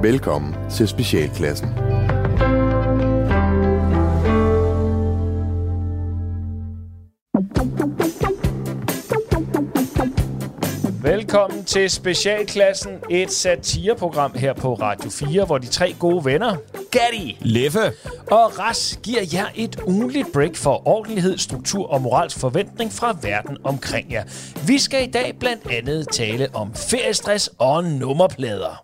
Velkommen til Specialklassen. Velkommen til Specialklassen, et satireprogram her på Radio 4, hvor de tre gode venner, Gatti, Leffe og Ras, giver jer et ugenligt break for ordentlighed, struktur og moralsk forventning fra verden omkring jer. Vi skal i dag blandt andet tale om feriestress og nummerplader.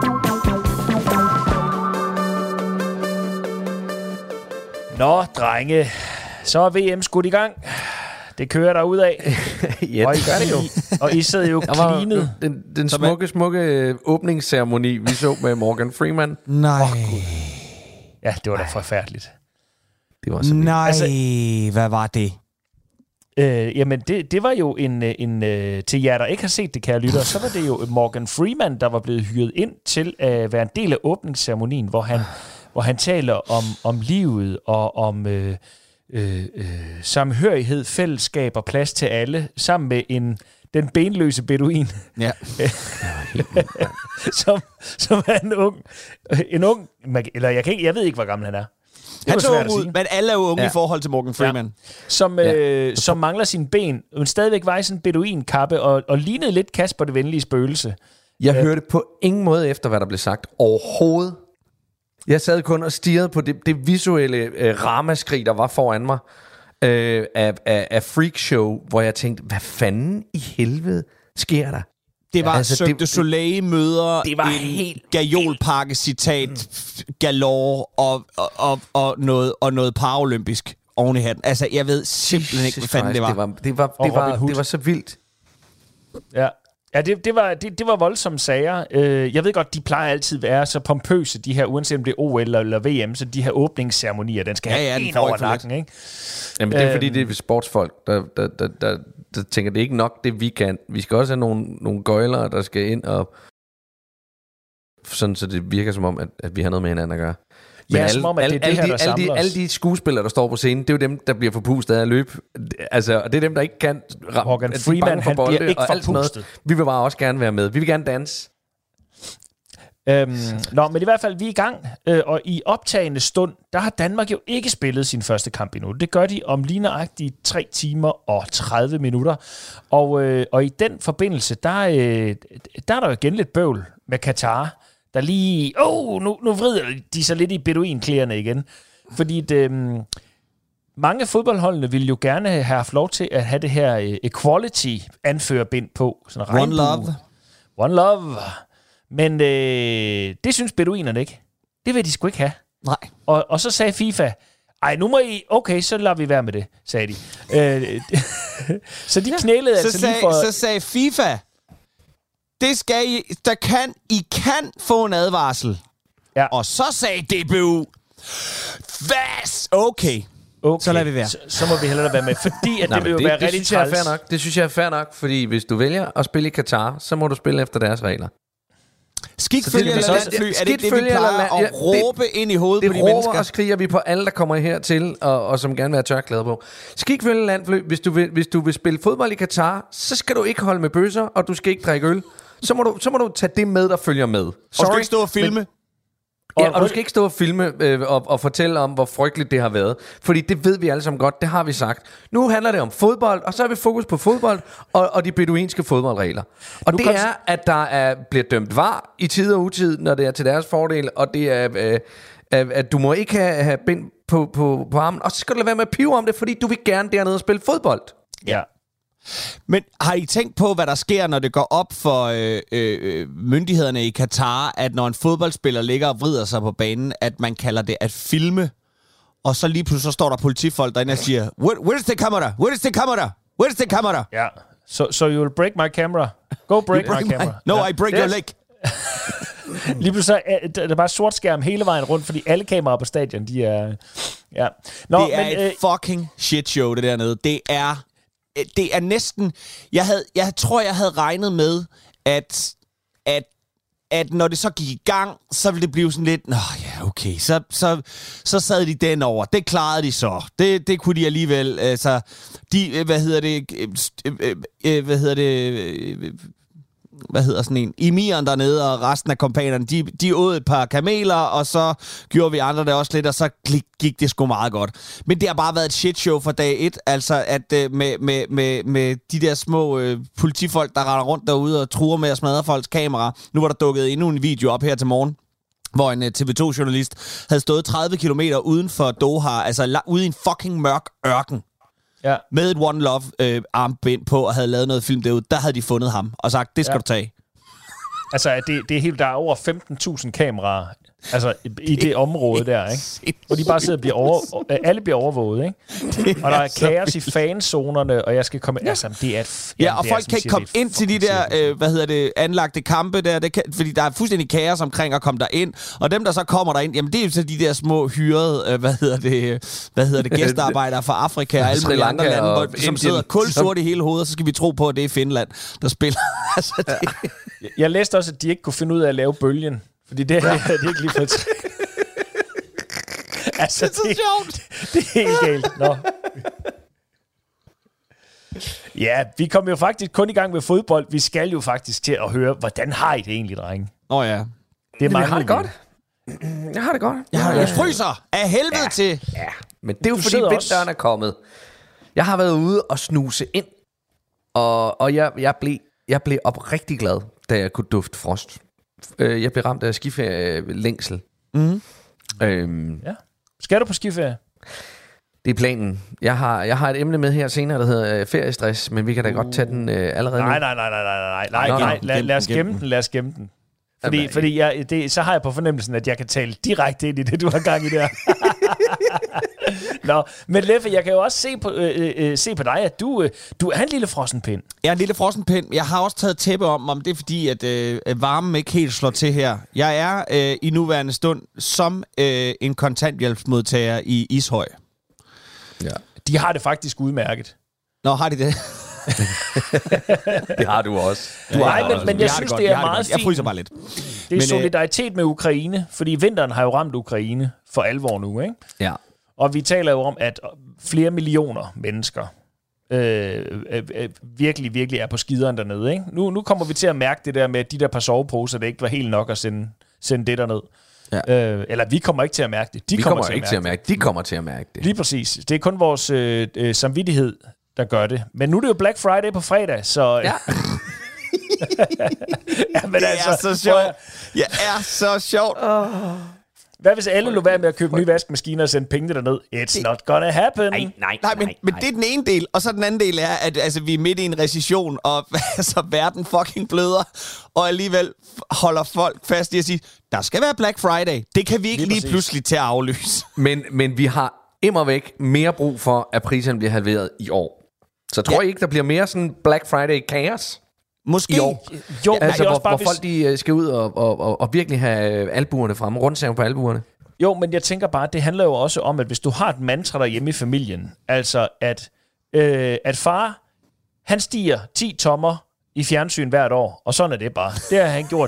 Nå, drenge, så er VM skudt i gang. Det kører der ud af. Ja, og det gør det jo. Og I sidder jo klinet. Den smukke åbningsceremoni, vi så med Morgan Freeman. Nej. Ja, det var da forfærdeligt. Det var så Nej, Altså, hvad var det? Jamen, det var jo en til jer, der ikke har set det, kære lyttere, så var det jo Morgan Freeman, der var blevet hyret ind til at være en del af åbningsceremonien, hvor han taler om livet og om samhørighed, fællesskab og plads til alle, sammen med den benløse beduin, Ja. som er en ung, eller jeg ved ikke, hvor gammel han er. Han så ud, men alle er jo unge i forhold til Morgan Freeman. Ja. Som mangler sine ben, men stadigvæk var i sådan en beduinkappe, og lignede lidt Kasper det venlige spøgelse. Jeg hørte på ingen måde efter, hvad der blev sagt overhovedet. Jeg sad kun og stirrede på det visuelle ramaskrig, der var foran mig af freakshow, hvor jeg tænkte, hvad fanden i helvede sker der? Det var Cirque du Soleil møder det var en helt Gajolpakke-citat galore og noget paralympisk oven i hatten. Altså, jeg ved simpelthen ikke, hvad fanden det var. Det var så vildt. Ja. Ja, det var voldsomme sager. Jeg ved godt, de plejer altid at være så pompøse, de her, uanset om det er OL eller VM, så de her åbningsceremonier, den skal have en over nakken, ikke? Jamen, det er fordi, det er sportsfolk, der tænker, det er ikke nok det, vi kan. Vi skal også have nogle gøjlere, der skal ind og sådan, så det virker som om, at vi har noget med hinanden at gøre. Men ja, som om, at det er det her, der samler os. Alle de skuespillere, der står på scenen, det er jo dem, der bliver forpustet af at løbe. Altså, og det er dem, der ikke kan Morgan Freeman, han bliver ikke forpustet. Vi vil bare også gerne være med. Vi vil gerne danse. Men i hvert fald, vi er i gang. Og i optagende stund, der har Danmark jo ikke spillet sin første kamp endnu. Det gør de om lige nøjagtigt 3 timer og 30 minutter. Og i den forbindelse, der er der jo igen lidt bøvl med Katar, der lige, nu vrider de sig lidt i beduinklæderne igen. Fordi mange fodboldholdene ville jo gerne have haft lov til at have det her equality-anførerbind på. Sådan One love. One love. Men det synes beduinerne ikke. Det vil de sgu ikke have. Nej. Og så sagde FIFA, nu må I... Okay, så lader vi være med det, sagde de. Så de knælede altså lige for... Så sagde FIFA... Det skal I kan få en advarsel. Ja. Og så sagde DBU, hvad? Okay. Så lader vi være. Så må vi hellere være med, fordi at det vil jo være rigtig træls. Det synes jeg er fair nok, fordi hvis du vælger at spille i Katar, så må du spille efter deres regler. Skidt følge eller landfly, er det det, vi plejer at råbe ind i hovedet på de mennesker? Det råber og skriger vi på alle, der kommer hertil, og som gerne vil have tørklæder på. Skik følge landfly, hvis du vil spille fodbold i Katar, så skal du ikke holde med bøsser, og du skal ikke drikke øl. Så må du tage det med, der følger med. Og du skal ikke stå og filme. Og du skal ikke stå og filme og fortælle om, hvor frygteligt det har været. Fordi det ved vi alle sammen godt, det har vi sagt. Nu handler det om fodbold, og så har vi fokus på fodbold og de beduinske fodboldregler. Og det er, at der bliver dømt var i tid og utid, når det er til deres fordel. Og det er, at du må ikke have bind på armen. Og så skal du lade være med at pive om det, fordi du vil gerne dernede og spille fodbold. Ja. Men har I tænkt på, hvad der sker, når det går op for myndighederne i Katar, at når en fodboldspiller ligger og vrider sig på banen, at man kalder det at filme, og så lige pludselig så står der politifolk derinde og siger, where's the camera? Where's the camera? Where's the camera? Ja, so you will break my camera. Go break my camera. No, I break your leg. Lige pludselig der er bare sort skærm hele vejen rundt, fordi alle kameraer på stadion, de er... Ja. Nå, det er et fucking shit show, det dernede. Det er næsten... Jeg tror, jeg havde regnet med, at når det så gik i gang, så ville det blive sådan lidt... Nå ja, okay, så sad de den over. Det klarede de så. Det kunne de alligevel... Altså, emiren dernede, og resten af kompanerne, de åd et par kameler, og så gjorde vi andre det også lidt, og så gik det sgu meget godt. Men det har bare været et shitshow fra dag 1, altså at med de der små politifolk, der render rundt derude og truer med at smadre folks kamera. Nu var der dukket endnu en video op her til morgen, hvor en TV2-journalist havde stået 30 kilometer uden for Doha, altså ude i en fucking mørk ørken. Ja. Med et One Love armbind på og havde lavet noget film derude, der havde de fundet ham og sagt, det skal du tage. Altså, det er helt, der er over 15.000 kameraer altså, i det område der, ikke? Hvor de bare sidder og alle bliver overvåget, ikke? Og der er kaos i fanzonerne, og jeg skal komme... Altså, det er og folk kan ikke komme ind til de der, anlagte kampe der, fordi der er fuldstændig kaos omkring at komme derind, og dem, der så kommer derind, jamen det er jo så de der små hyrede, gæstearbejdere fra Afrika og alle mulige andre lande, som sidder kulsort i hele hovedet, og så skal vi tro på, at det er Finland, der spiller. Altså, Jeg læste også, at de ikke kunne finde ud af at lave bølgen. Fordi det er ikke lige for altså, det er så sjovt. Det er helt galt. Nå. Ja, vi kommer jo faktisk kun i gang med fodbold. Vi skal jo faktisk til at høre, hvordan har I det egentlig, drenge? Ja. Det har det godt. Jeg har det godt. Jeg fryser af helvede til. Ja, men det er jo fordi vinteren er kommet. Jeg har været ude og snuse ind, og jeg blev oprigtig glad, da jeg kunne dufte frost. Jeg blev ramt af skiferie-længsel. Ja. Skal du på skiferie? Det er planen. Jeg har et emne med her senere, der hedder feriestress, men vi kan da godt tage den allerede nu. Nej. Lad os gemme den. Fordi så har jeg på fornemmelsen, at jeg kan tale direkte ind i det, du har gang i der. Nå, men Leffe, jeg kan jo også se på dig, at du er en lille frossenpind. Jeg er en lille frossenpind. Jeg har også taget tæppe om det er fordi, at varmen ikke helt slår til her. Jeg er i nuværende stund som en kontanthjælpsmodtager i Ishøj. Ja. De har det faktisk udmærket. Nå, har de det? Det har du også. Men jeg synes, det er meget fint. Jeg fryser bare lidt. Det er solidaritet med Ukraine, fordi vinteren har jo ramt Ukraine for alvor nu, ikke? Ja. Og vi taler jo om, at flere millioner mennesker virkelig, virkelig er på skideren dernede, ikke? Nu kommer vi til at mærke det der med, at de der par soveposer, det ikke var helt nok at sende det derned. Ja. Eller vi kommer ikke til at mærke det. De kommer til at mærke det. Lige præcis. Det er kun vores samvittighed, der gør det. Men nu er det jo Black Friday på fredag, så... Ja. Det er så sjovt. Jeg er så sjovt. Hvad hvis alle lå være med at købe nye vaskemaskiner og sende penge derned? It's not gonna happen. Nej, men det er den ene del. Og så den anden del er, at vi er midt i en recession, og altså, verden fucking bløder, og alligevel holder folk fast i at sige, der skal være Black Friday. Det kan vi ikke lige pludselig til at aflyse. Men vi har immervæk mere brug for, at priserne bliver halveret i år. Så tror I ikke, der bliver mere sådan Black Friday kaos? Måske. Jo, altså, hvor folk de skal ud og virkelig have albuerne fremme, rundsaven på albuerne. Jo, men jeg tænker bare, det handler jo også om, at hvis du har et mantra derhjemme i familien, altså at far, han stiger 10 tommer i fjernsyn hvert år, og sådan er det bare. Det har han gjort.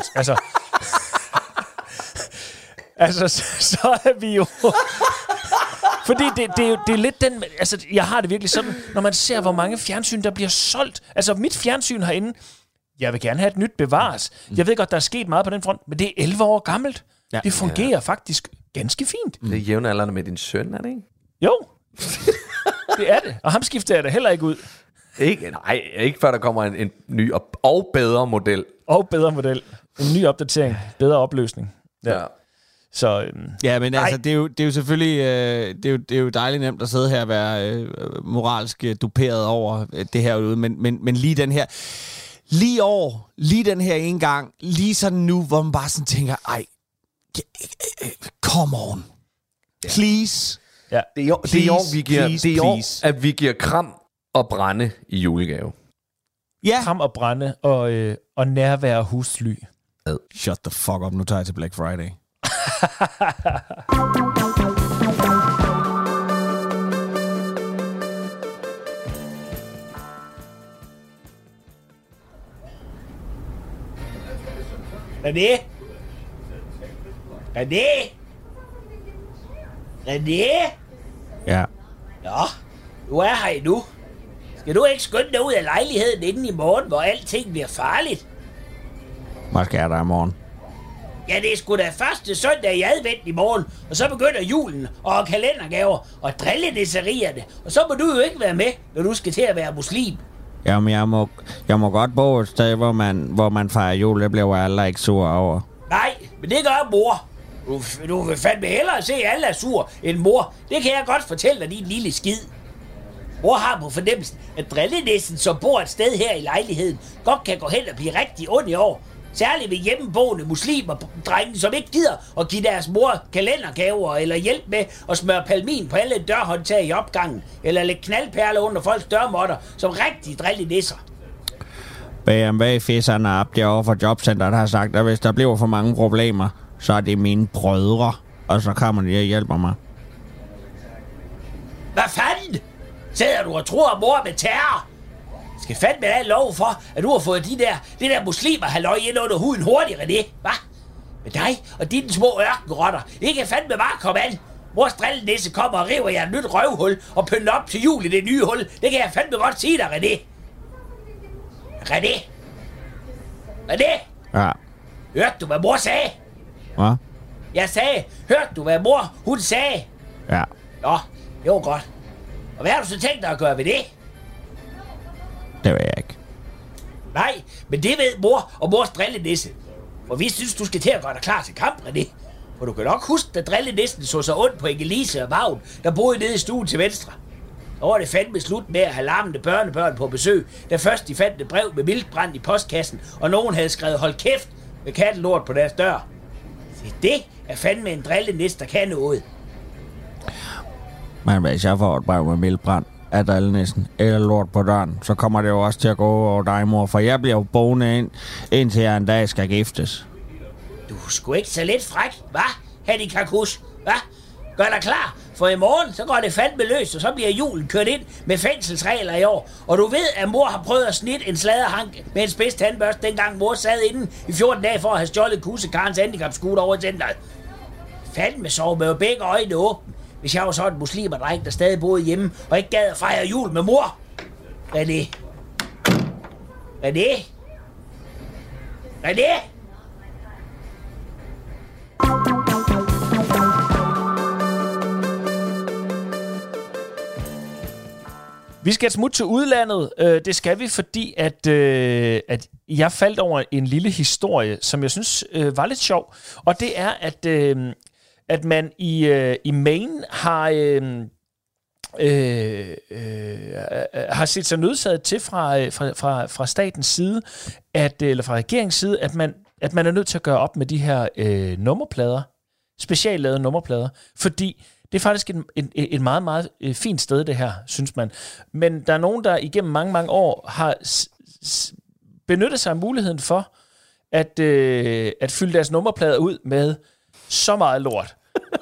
Altså, så er vi jo... Fordi det er lidt den... Altså, jeg har det virkelig sådan, når man ser, hvor mange fjernsyn, der bliver solgt. Altså, mit fjernsyn herinde, jeg vil gerne have et nyt bevares. Jeg ved godt, der er sket meget på den front, men det er 11 år gammelt. Ja. Det fungerer faktisk ganske fint. Det er jævnaldrende med din søn, er det ikke? Jo, det er det. Og ham skifter jeg da heller ikke ud. Ikke før der kommer en ny og bedre model. En ny opdatering. Bedre opløsning. Ja. Så, ja, men altså, det er jo selvfølgelig det er jo dejligt nemt at sidde her og være moralsk duperet over det her ude, men lige den her lige den her en gang, lige sådan nu, hvor man bare sådan tænker, come on, please. Ja. Det er år, at vi giver kram og brænde i julegave. Ja. Kram og brænde og nærvær husly. Shut the fuck up, nu tager jeg til Black Friday. René? Ja. Nå, du er her endnu. Skal du ikke skynde dig ud af lejligheden inden i morgen, hvor alting bliver farligt? Hvad skal der i morgen? Ja, det er sgu da første søndag i advent i morgen, og så begynder julen og kalendergaver og drillenisserierne, og så må du jo ikke være med, når du skal til at være muslim. Jamen, jeg må godt bo et sted, hvor man fejrer jul. Det bliver alle ikke sur over. Nej, men det gør mor. Du vil fandme hellere se alle er sur end mor. Det kan jeg godt fortælle dig, din lille skid. Mor har på fornemmelsen, at drillenissen, som bor et sted her i lejligheden, godt kan gå hen og blive rigtig ond i år. Særligt ved hjemmeboende muslimer, drenge, som ikke gider at give deres mor kalendergaver eller hjælp med at smøre palmin på alle dørhåndtag i opgangen, eller lægge knaldperler under folks dørmåtter, som rigtige drillenisser. BMW-fisserne op derovre for jobcenteret har sagt, at hvis der bliver for mange problemer, så er det mine brødre, og så kommer de og hjælper mig. Hvad fanden? Sidder du og tror mor med terror? Skal fandme have lov for, at du har fået det der muslimer halløj ind under huden hurtigt, René. Hva? Med dig og dine små ørkenrotter. Det kan fandme bare komme an. Mors drillenisse kommer og river jer et nyt røvhul og pynter op til jul i det nye hul. Det kan jeg fandme godt sige dig, René. René? Ja. Hørte du, hvad mor sagde? Hvad? Jeg sagde, hørte du, hvad mor hun sagde? Ja. Nå, det var godt. Og hvad har du så tænkt dig at gøre ved det? Det ved jeg ikke. Nej, men det ved mor og mors drillenisse. For vi synes, du skal til at gøre dig klar til kamp, René. For du kan nok huske, da drillenissen så sig ondt på Ingelise og Vagn, der boede nede i stuen til venstre. Så var det fandme slut med at have larmende børnebørn på besøg, da først de fandt et brev med miltbrand i postkassen, og nogen havde skrevet hold kæft med kattelort på deres dør. Så det er fandme en drillenisse, der kan noget. Men hvis jeg får et brev med miltbrand af drillenissen eller lort på døren, så kommer det jo også til at gå over dig, mor, for jeg bliver jo boende indtil jeg en dag skal giftes. Du er sgu ikke så lidt fræk, hva? Hanni Kakus, hva? Gør dig klar, for i morgen så går det fandme løs, og så bliver julen kørt ind med fængselsregler i år. Og du ved, at mor har prøvet at snitte en sladderhank med en spids tandbørste, dengang mor sad inden i 14 dage for at have stjålet Kussekarens handicapscooter over centret. Fandme sove med begge øjne åbne, hvis jeg var sådan en muslimerdreng, der stadig boede hjemme og ikke gad at fejre jul med mor. René. Vi skal et smut til udlandet. Det skal vi, fordi at jeg faldt over en lille historie, som jeg synes var lidt sjov. Og det er, at man i Maine har set sig nødsaget til fra statens side, eller fra regeringens side, at man er nødt til at gøre op med de her nummerplader, speciallavede nummerplader, fordi det er faktisk et meget, meget fint sted, det her, synes man. Men der er nogen, der igennem mange, mange år har benyttet sig af muligheden for at fylde deres nummerplader ud med så meget lort.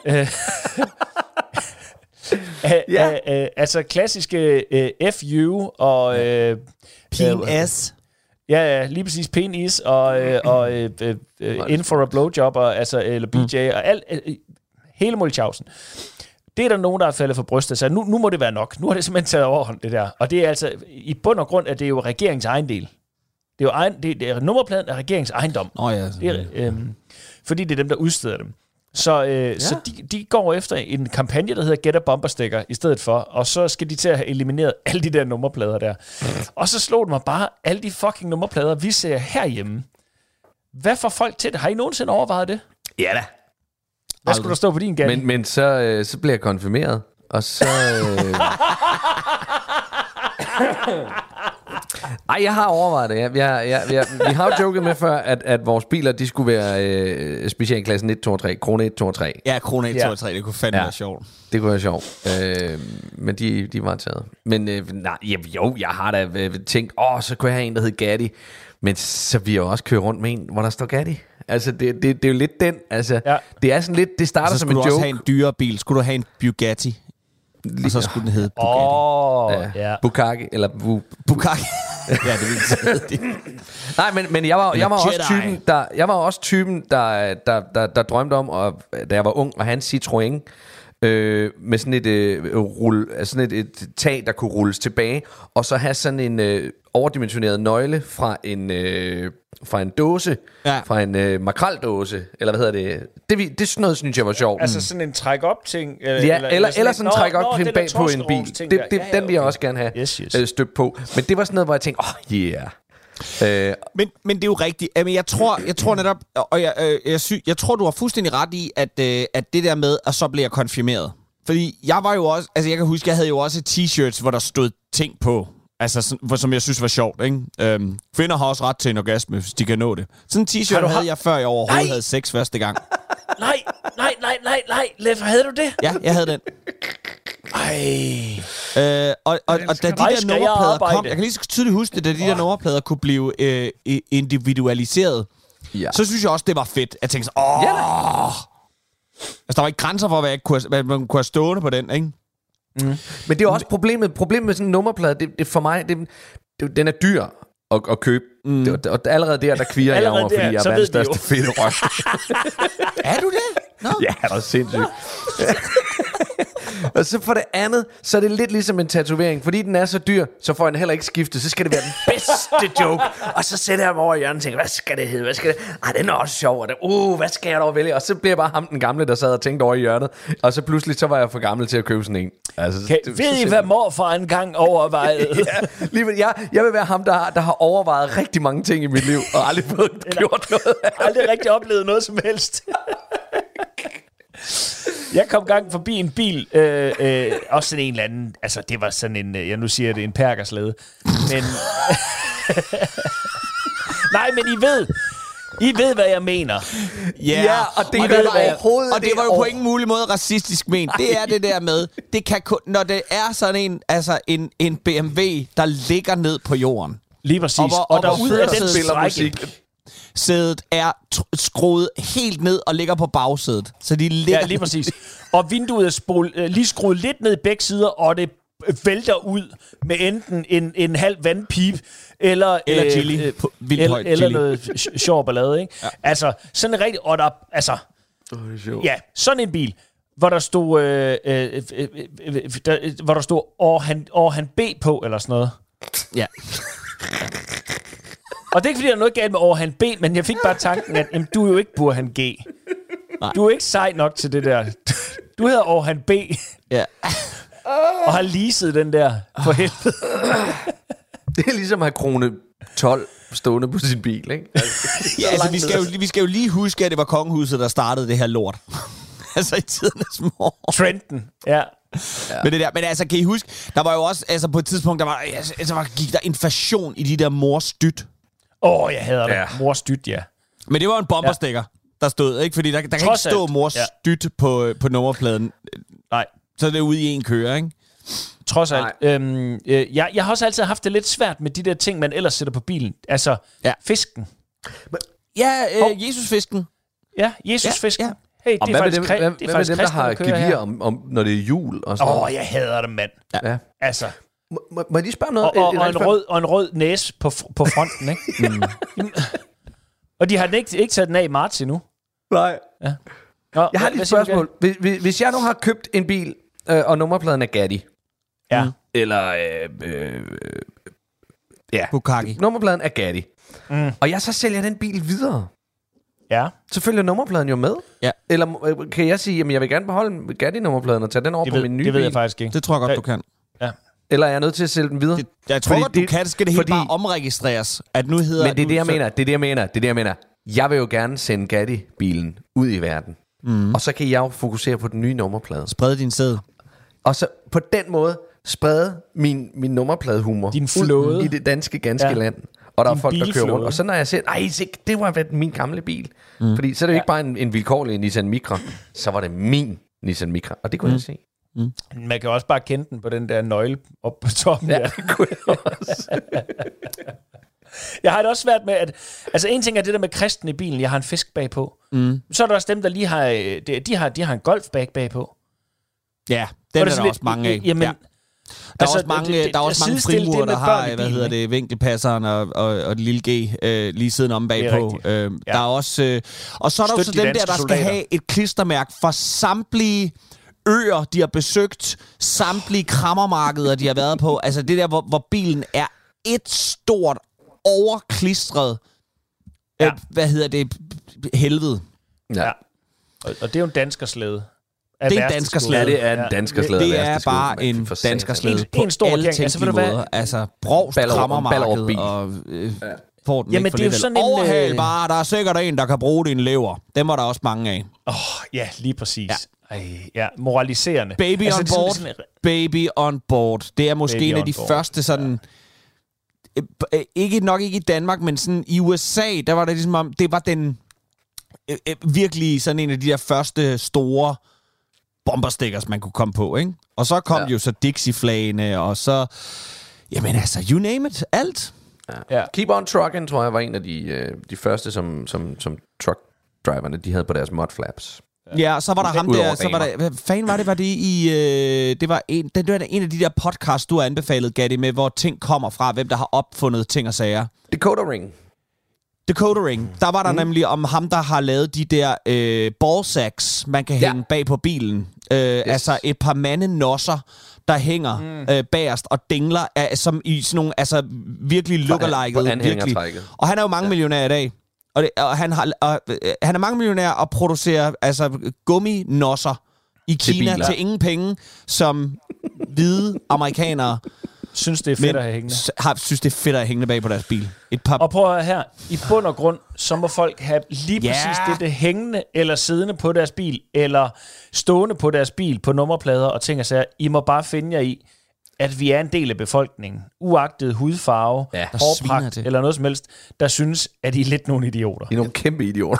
Altså klassiske FU og... PNS. Ja, lige præcis penis og in for a blowjob, og, altså, eller BJ, og alt... Hele Molchausen. Det er der nogen, der har faldet for brystet, så nu må det være nok. Nu har det simpelthen taget overhånd, det der. Og det er altså, i bund og grund, at det er jo regeringens egen del. Det er nummerpladen af regeringens ejendom. Fordi det er dem, der udsteder dem. Så de går efter en kampagne, der hedder Get a Bumper Sticker, i stedet for, og så skal de til at have elimineret alle de der nummerplader der. Og så slog det mig bare, alle de fucking nummerplader, vi ser herhjemme. Hvad får folk til det? Har I nogensinde overvejet det? Ja da. Hvad skulle der stå på din gade? Men så bliver jeg konfirmeret, og så... Ej, jeg har overvejet det. Vi har jo joket med før, at vores biler, de skulle være specialklassen 1, 2 og 3. Krone 1, 2 og 3. Ja, krone 1, 2 og 3. Det kunne fandme være sjovt. Det kunne være sjovt. Men de var taget. Men jeg har da tænkt, så kunne jeg have en, der hed Gatti. Men så vil jeg også køre rundt med en, hvor der står Gatti. Altså, det er jo lidt den. Altså, det er sådan lidt, det starter som en joke. Så skulle du også have en dyre bil. Skulle du have en Bugatti? Og så skulle den hedde Bugatti. Bukaki, eller Bukaki. Ja, det vil jeg. Nej, men jeg var også typen, der drømte om, og da jeg var ung, at have en Citroën med sådan et tag, der kunne rulles tilbage, og så have sådan en overdimensioneret nøgle fra en dåse, fra en makraldåse, eller hvad hedder det? Det sådan noget, synes jeg var sjovt. Altså sådan en træk-op-ting? Eller sådan en træk-op-ting bag på en bil. Den vil jeg også gerne have støbt på. Men det var sådan noget, hvor jeg tænkte, Men det er jo rigtigt. Jamen, jeg tror netop, og jeg tror, du har fuldstændig ret i, at det der med, at så bliver jeg konfirmeret. Fordi jeg var jo også, altså jeg kan huske, jeg havde jo også t-shirts, hvor der stod ting på. Altså, som jeg synes var sjovt, ikke? Kvinder har også ret til en orgasme, hvis de kan nå det. Sådan en t-shirt havde jeg, før jeg overhovedet havde sex første gang. Nej. Leif, havde du det? Ja, jeg havde den. Og da de der nummerplader kom, jeg kan lige så tydeligt huske det, da de der nummerplader kunne blive individualiseret, så synes jeg også, det var fedt. Jeg tænkte sådan, altså, der var ikke grænser for, hvad man kunne have stående på den, ikke? Mm. Men det er også problemet med sådan en nummerplade. Det for mig, den er dyr at købe. Og allerede der kvier jeg over, fordi jeg er verdens største fede røg. Er du det? No. Ja, det er sindssygt. Og så for det andet, så er det lidt ligesom en tatovering. Fordi den er så dyr, så får jeg den heller ikke skiftet. Så skal det være den bedste joke. Og så sætter jeg mig over i hjørnet og tænker, hvad skal det hedde? Den er også sjov. Hvad skal jeg dog vælge? Og så bliver jeg bare ham den gamle, der sad og tænkte over i hjørnet. Og så pludselig, så var jeg for gammel til at købe sådan en. Altså, ved I, hvad morfar engang overvejede? Jeg vil være ham, der har overvejet rigtig mange ting i mit liv, og aldrig fået gjort noget. Aldrig rigtig oplevet noget som helst. Jeg kom gang forbi en bil, også sådan en eller anden, altså det var sådan en, nu siger det, en perkerslæde. Men nej, men I ved, hvad jeg mener. Ja, og det var jo på ingen mulig måde racistisk ment. Det er det der med, det kan kun, når det er sådan en BMW, der ligger ned på jorden. Lige præcis. Og derude af den strække. Sædet er skruet helt ned og ligger på bagsædet. Så de ligger... Ja, lige præcis. Og vinduet er lige skruet lidt ned i begge sider, og det vælter ud med enten en halv vandpip, eller chili. Eller noget sjov ballade, ikke? Ja. Altså, sådan rigtigt, og der, altså... Ja, sådan en bil, hvor der stod... hvor der stod Orhan B på, eller sådan noget. Ja. Og det er ikke, fordi der er noget galt med Orhan B, men jeg fik bare tanken, at du er jo ikke Burhan G. Nej. Du er ikke sej nok til det der. Du hedder Orhan B. Ja. Og har leaset den der, for helvede. Det er ligesom at have krone 12 stående på sin bil, ikke? Ja, altså, vi skal jo lige huske, at det var kongehuset, der startede det her lort. Altså i tidernes morgen. Trenden, ja. Men det der, men altså, kan I huske, der var jo også, altså på et tidspunkt, gik der inflation i de der mors dyt. Jeg hader det. Mors dyt, ja. Men det var en bomberstikker, der stod, ikke? Fordi der kan ikke stå mors dyt på nummerpladen. Nej. Så er det ude i en køre, ikke? Trods alt. Jeg har også altid haft det lidt svært med de der ting, man ellers sætter på bilen. Altså, fisken. Ja, Jesusfisken. Ja, Jesusfisken. Ja. Hey, og hvad med dem, der har gevir om, når det er jul? Jeg hader dem, mand. Ja. Altså... Må jeg lige spørge noget? Og en rød næse på fronten, ikke? Og de har ikke taget den af i marts endnu. Nej. Ja. Jeg har lige et spørgsmål. Hvis jeg nu har købt en bil, og nummerpladen er Gatti. Ja. Eller... Bukaki. Nummerpladen er Gatti. Og jeg så sælger den bil videre. Ja. Så følger nummerpladen jo med. Ja. Eller kan jeg sige, jamen jeg vil gerne beholde Gatti-nummerpladen og tage den over på min nye bil? Det ved jeg faktisk ikke. Det tror jeg godt, du kan. Ja. Eller er jeg nødt til at sælge den videre? Jeg tror godt, du kan. Skal det helt bare omregistreres? At nu hedder men det er det, jeg mener. Jeg vil jo gerne sende Gatti-bilen ud i verden. Og så kan jeg jo fokusere på den nye nummerplade. Sprede din sæd. Og så på den måde sprede min nummerpladehumor din flåde i det danske ganske land. Og der er folk, der kører rundt. Og så når jeg siger, det var min gamle bil. Fordi så er det jo ikke bare en vilkårlig Nissan Micra. Så var det min Nissan Micra. Og det kunne jeg se. Man kan også bare kende den på den der nøgle op på toppen. Ja, det kunne jeg også. Jeg har det også svært med, at... Altså, en ting er det der med kristen i bilen. Jeg har en fisk bagpå. Så er der også dem, der lige har... De har en golfbag bagpå. Ja, den er der også mange af. Jamen, ja. Der er også mange frimurer, der har, vinkelpasseren og det lille G lige siden om bagpå. Der er også... og så er der også dem der skal have et klistermærke for samtlige øer, de har besøgt, samtlige krammermarkeder, de har været på. Altså det der, hvor bilen er et stort, overklistret, helvede. Ja. Og det er jo en danskerslæde. Det er en danskerslæde. Ja, det er en danskerslæde. Det er bare en danskerslæde på en stor alle regering. tænkelige måder. Altså, Brovst, krammermarked og... får den jamen, ikke for det er lidt. jo sådan en... Overhal bare, der er sikkert en, der kan bruge din lever. Dem var der også mange af. Ja, lige præcis. Ja. Moraliserende. Baby on board. Baby on board. Det er måske en af de første sådan... Nok ikke i Danmark, men sådan i USA, der var det ligesom om... Det var den... virkelig sådan en af de der første store bomberstickers, man kunne komme på, ikke? Og så kom jo så Dixie-flagene, og så... Jamen altså, you name it. Alt. Ja. Keep on Truckin', tror jeg, var en af de første, som truck-driverne, de havde på deres mudflaps. Ja, så var der ham der, så var der... Hvad fanden var det? Var det i... det var en af de der podcasts, du har anbefalet, Gatti, med, hvor ting kommer fra, hvem der har opfundet ting og sager. Decoder Ring. Der var der nemlig om ham, der har lavet de der ballsacks, man kan hænge bag på bilen. Altså et par mandenosser, der hænger bagerst og dingler, som i sådan nogle virkelig lookalike. Og han er jo mange millionær i dag. Og han er mange millionær og producerer gumminosser i Kina til ingen penge, som hvide amerikanere synes, det er fedt at have hængende. Synes, det er fedt at have hængende bag på deres bil. Og prøv at her. I bund og grund, så må folk have lige præcis det hængende, eller siddende på deres bil, eller stående på deres bil på nummerplader og ting og sager. I må bare finde jer i, at vi er en del af befolkningen, uagtet hudfarve, hårpragt eller noget som helst, der synes, at I er lidt nogle idioter. I er nogle kæmpe idioter.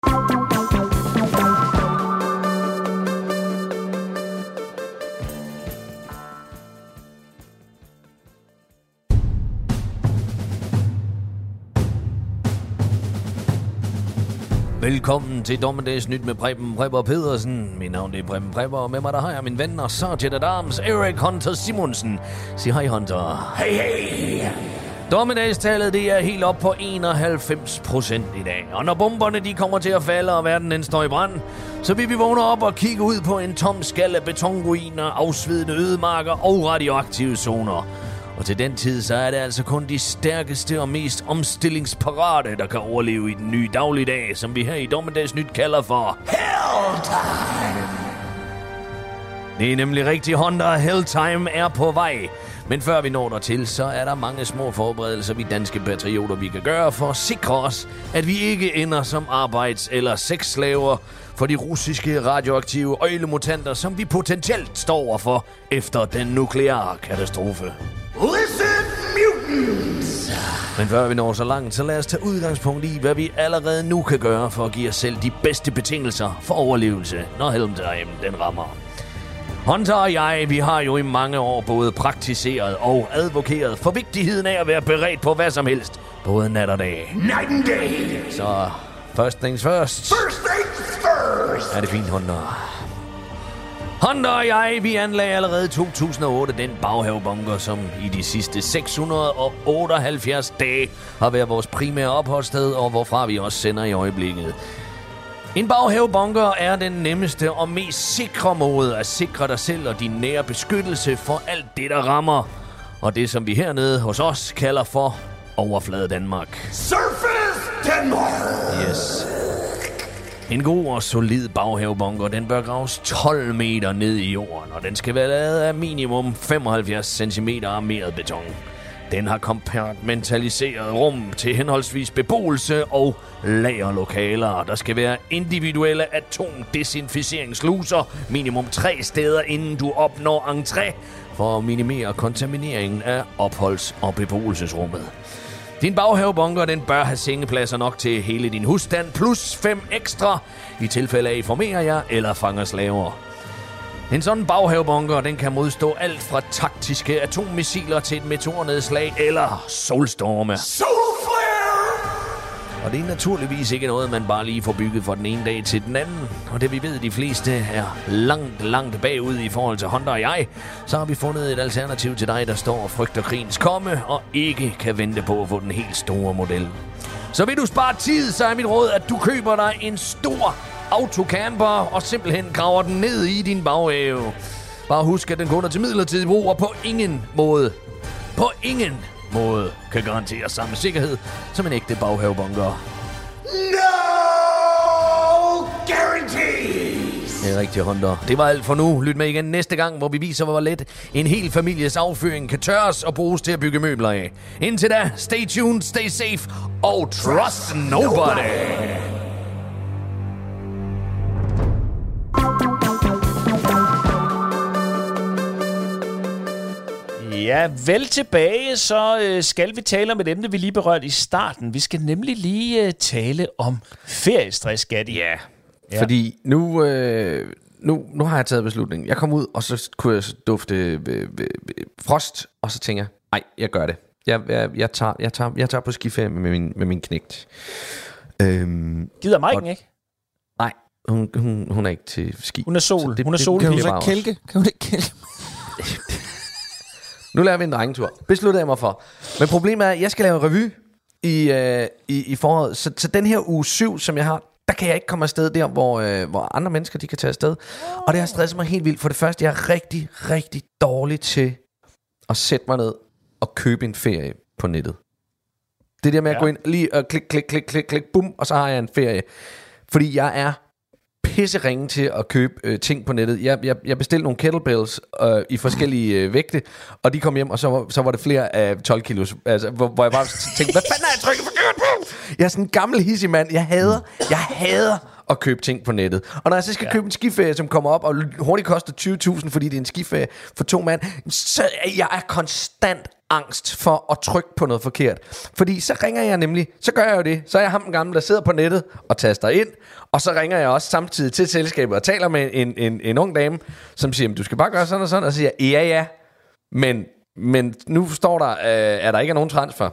Velkommen til Dommedagsnyt med Preben Prepper Pedersen. Mit navn er Preben Prepper, og med mig der har jeg min ven og Sergeant at Arms, Erik Hunter Simonsen. Sig hej, Hunter. Hey. Dommedagstallet, det er helt op på 91% i dag. Og når bomberne de kommer til at falde, og verden den står i brand, så vil vi vågne op og kigge ud på en tom skal af betonruiner, afsvedende ødemarker og radioaktive zoner. Og til den tid, så er det altså kun de stærkeste og mest omstillingsparate, der kan overleve i den nye dagligdag, som vi her i Dommedagsnyt kalder for Helltime. Det er nemlig rigtigt, Honda. Helltime er på vej. Men før vi når dertil, så er der mange små forberedelser, vi danske patrioter vi kan gøre for at sikre os, at vi ikke ender som arbejds- eller sexslaver for de russiske radioaktive øglemutanter, som vi potentielt står overfor efter den nukleare katastrofe. Listen, mutants! Men før vi når så langt, så lad os tage udgangspunkt i, hvad vi allerede nu kan gøre for at give os selv de bedste betingelser for overlevelse, når Helltime den rammer. Hunter og jeg, vi har jo i mange år både praktiseret og advokeret for vigtigheden af at være beredt på hvad som helst, både nat og dag. Night and day! Så first things first. First things first! Er det fint, Hunter? Hunter og jeg, vi anlagde allerede 2008 den baghavebunker, som i de sidste 678 dage har været vores primære opholdssted, og hvorfra vi også sender i øjeblikket. En baghavebunker er den nemmeste og mest sikre måde at sikre dig selv og din nære beskyttelse for alt det, der rammer. Og det, som vi hernede hos os kalder for Overflade Danmark. Surface Denmark! Yes. En god og solid baghavebunker, den bør graves 12 meter ned i jorden, og den skal være lavet af minimum 75 cm armeret beton. Den har kompartmentaliseret rum til henholdsvis beboelse og lagerlokaler. Der skal være individuelle atomdesinficeringssluser minimum 3 steder, inden du opnår entré, for at minimere kontamineringen af opholds- og beboelsesrummet. Din baghavebunker, den bør have sengepladser nok til hele din husstand, plus 5 ekstra, i tilfælde af formerer jer eller fanger slaver. En sådan baghavebunker, den kan modstå alt fra taktiske atommissiler til et meteornedslag eller solstorme. Og det er naturligvis ikke noget, man bare lige får bygget fra den ene dag til den anden. Og det vi ved, de fleste er langt bagud i forhold til Hunter og jeg, så har vi fundet et alternativ til dig, der står og frygter krigens komme og ikke kan vente på at få den helt store model. Så vil du spare tid, så er mit råd, at du køber dig en stor autocamper og simpelthen graver den ned i din baghave. Bare husk, at den kun er til midlertidig brug og på ingen måde kan garantere samme sikkerhed som en ægte baghavebunker. No guarantees! Det er rigtigt, Hunter. Det var alt for nu. Lyt med igen næste gang, hvor vi viser, hvor let en hel families afføring kan tørres og bruges til at bygge møbler af. Indtil da, stay tuned, stay safe og trust nobody. Ja, vel tilbage, så skal vi tale om et emne, vi lige berørte i starten. Vi skal nemlig lige tale om feriestress, Gatti. Ja, fordi nu har jeg taget beslutningen. Jeg kom ud, og så kunne jeg dufte frost, og så tænker jeg, nej, jeg gør det. Jeg tager på skiferie med min knægt. Gider Maiken ikke? Nej, hun er ikke til ski. Hun er sol. Hun er sol. Kan hun så kælke? Kan hun ikke kælke? Nu laver vi en drengetur. Besluttede jeg mig for. Men problemet er, at jeg skal lave en revy i foråret. Så den her uge 7, som jeg har, der kan jeg ikke komme afsted der, hvor andre mennesker de kan tage afsted. Og det har stresset mig helt vildt. For det første, jeg er rigtig, rigtig dårlig til at sætte mig ned og købe en ferie på nettet. Det der med at gå ind lige og klik, bum, og så har jeg en ferie. Fordi jeg er pisseringe til at købe ting på nettet. Jeg bestilte nogle kettlebells i forskellige vægte, og de kom hjem, og så var det flere af 12 kilos. Altså, hvor jeg bare tænkte, hvad fanden er jeg trykket forkert på? Jeg er sådan en gammel hissig mand. Jeg hader at købe ting på nettet. Og når jeg så skal købe en skiferie, som kommer op og hurtigt koster 20.000, fordi det er en skiferie for 2 mand, så jeg er konstant angst for at trykke på noget forkert. Fordi så ringer jeg nemlig, så gør jeg jo det. Så er jeg ham den gamle, der sidder på nettet og taster ind. Og så ringer jeg også samtidig til selskabet og taler med en ung dame, som siger, du skal bare gøre sådan og sådan. Og så siger jeg, ja. Men nu står der, er der ikke nogen transfer.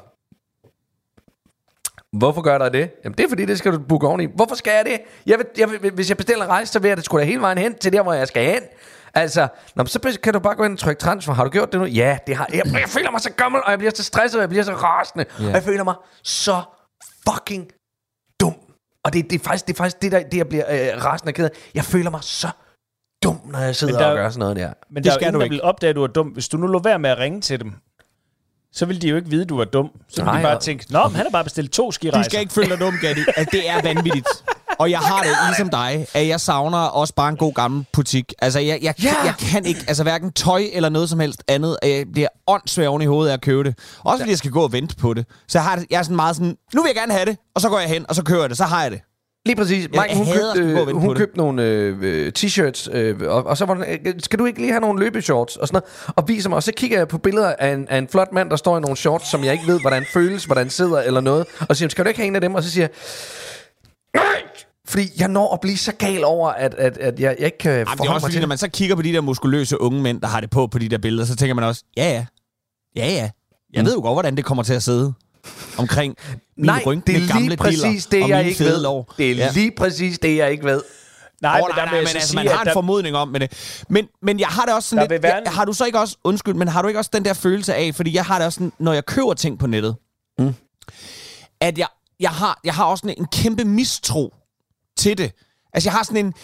Hvorfor gør der det? Jamen det er fordi, det skal du booke oveni. Hvorfor skal jeg det? Hvis jeg bestiller en rejse, så vil jeg det sgu da hele vejen hen til der, hvor jeg skal hen. Altså, så kan du bare gå ind og trykke transfer. Har du gjort det nu? Ja, det har jeg. Jeg føler mig så gammel, og jeg bliver så stresset, og jeg bliver så rasende. Og jeg føler mig så fucking dum. Og det er faktisk det, jeg bliver rasende og ked af. Jeg føler mig så dum, når jeg sidder og gør sådan noget der. Men det der er ingen, der vil opdage, at du er dum. Hvis du nu lå være med at ringe til dem, så vil de jo ikke vide, at du er dum. Så vil de bare tænke, nå, han har bare bestilt 2 skirejser. Du skal ikke føle dig dum, Gatti. At det er vanvittigt. Og jeg har det ligesom dig, at jeg savner også bare en god gammel butik. Altså, jeg kan ikke, altså hverken tøj eller noget som helst andet. Jeg bliver åndssvær oven i hovedet af at købe det. Også fordi jeg skal gå og vente på det. Så jeg er sådan meget sådan, nu vil jeg gerne have det, og så går jeg hen, og så kører jeg det, så har jeg det. Lige præcis. Mike, hun købte nogle t-shirts, og så var den, skal du ikke lige have nogle løbeshorts og sådan noget, og viser mig, og så kigger jeg på billeder af en flot mand, der står i nogle shorts, som jeg ikke ved, hvordan føles, hvordan sidder eller noget, og siger, skal du ikke have en af dem? Og så siger jeg, nej! Fordi jeg når at blive så gal over, at jeg ikke kan forholde mig til. Det er også fordi, når man så kigger på de der muskuløse unge mænd, der har det på de der billeder, så tænker man også, ja. Jeg ved jo godt, hvordan det kommer til at sidde omkring min rynkende gamle diller og min fede lår. Det er lige præcis det, jeg ikke ved. Nej, men altså, man har en formodning om med det. Men jeg har det også sådan lidt, har du så ikke også, undskyld, men har du ikke også den der følelse af, fordi jeg har det også sådan, når jeg køber ting på nettet, at jeg har også en kæmpe mistro til det. Altså jeg har sådan en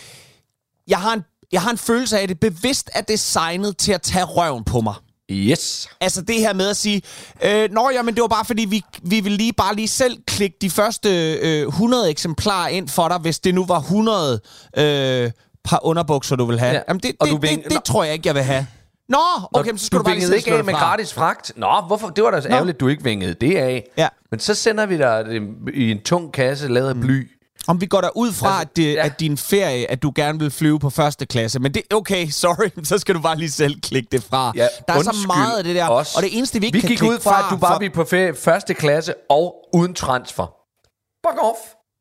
jeg har en følelse af, at det bevidst er designet til at tage røven på mig. Yes. Altså det her med at sige, men det var bare fordi, vi vil bare lige selv klikke de første 100 eksemplarer ind for dig, hvis det nu var 100 par underbukser, du vil have. Ja. Jamen det tror jeg ikke, jeg vil have. Nå, okay, så skal du bare lige ikke af med gratis fragt. Nå, hvorfor? Det var da så ærgerligt, du ikke vingede det af. Ja. Men så sender vi dig i en tung kasse lavet af bly. Om vi går der ud fra, at din ferie, at du gerne vil flyve på første klasse. Men det okay, sorry, så skal du bare lige selv klikke det fra. Ja, der er så meget af det der. Og det eneste, vi ikke kan klikke fra... Vi gik ud fra, at du bare vil på ferie første klasse og uden transfer. Fuck off.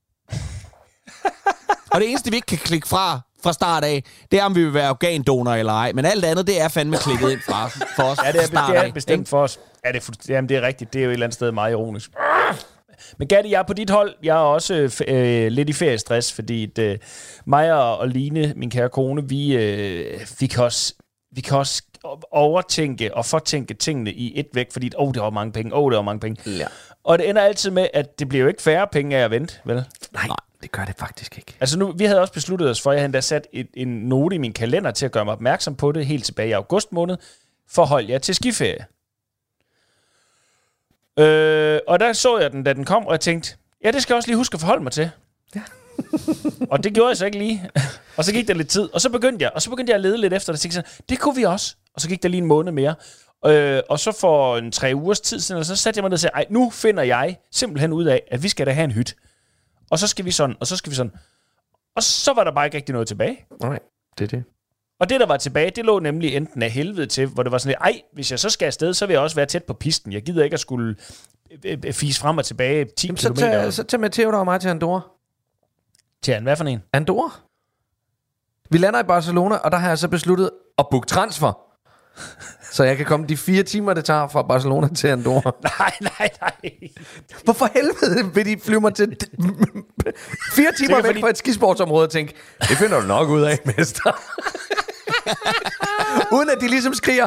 Og det eneste, vi ikke kan klikke fra start af, det er, om vi vil være organdonor eller ej. Men alt andet, det er fandme klikket ind for os. Ja, det er bestemt for os. Jamen, det er rigtigt. Det er jo et eller andet sted meget ironisk. Men Gatti, jeg er på dit hold. Jeg er også lidt i feriestress, fordi mig og Line, min kære kone, vi kan også overtænke og fortænke tingene i et væk, fordi det var mange penge, Ja. Og det ender altid med, at det bliver jo ikke færre penge af at vente, vel? Nej, det gør det faktisk ikke. Altså nu, vi havde også besluttet os for, at jeg havde endda sat en note i min kalender til at gøre mig opmærksom på det, helt tilbage i august måned, for at holde jer til skiferie. Og der så jeg den, da den kom, og jeg tænkte, ja, det skal jeg også lige huske at forholde mig til. Ja. Og det gjorde jeg så ikke lige. Og så gik der lidt tid, og så begyndte jeg at lede lidt efter det. Og tænkte sådan, det kunne vi også. Og så gik der lige en måned mere. Og så for 3 ugers tid siden, så satte jeg mig ned og sagde, nu finder jeg simpelthen ud af, at vi skal da have en hytte. Og så skal vi sådan, og så skal vi sådan. Og så var der bare ikke rigtig noget tilbage. Nej, det er det. Og det, der var tilbage, det lå nemlig enten af helvede til, hvor det var sådan lidt, hvis jeg så skal afsted, så vil jeg også være tæt på pisten. Jeg gider ikke at skulle fise frem og tilbage 10 kilometer. Så tag med Theodor og mig til Andorra. Til hvad for en? Andorra? Vi lander i Barcelona, og der har jeg så besluttet at booke transfer. Så jeg kan komme de 4 timer, det tager fra Barcelona til Andorra. Nej. Hvorfor helvede vil de flyve mig til 4 timer væk fra et skisportsområde og tænke, det finder du nok ud af, mester. Uden at de ligesom skriger,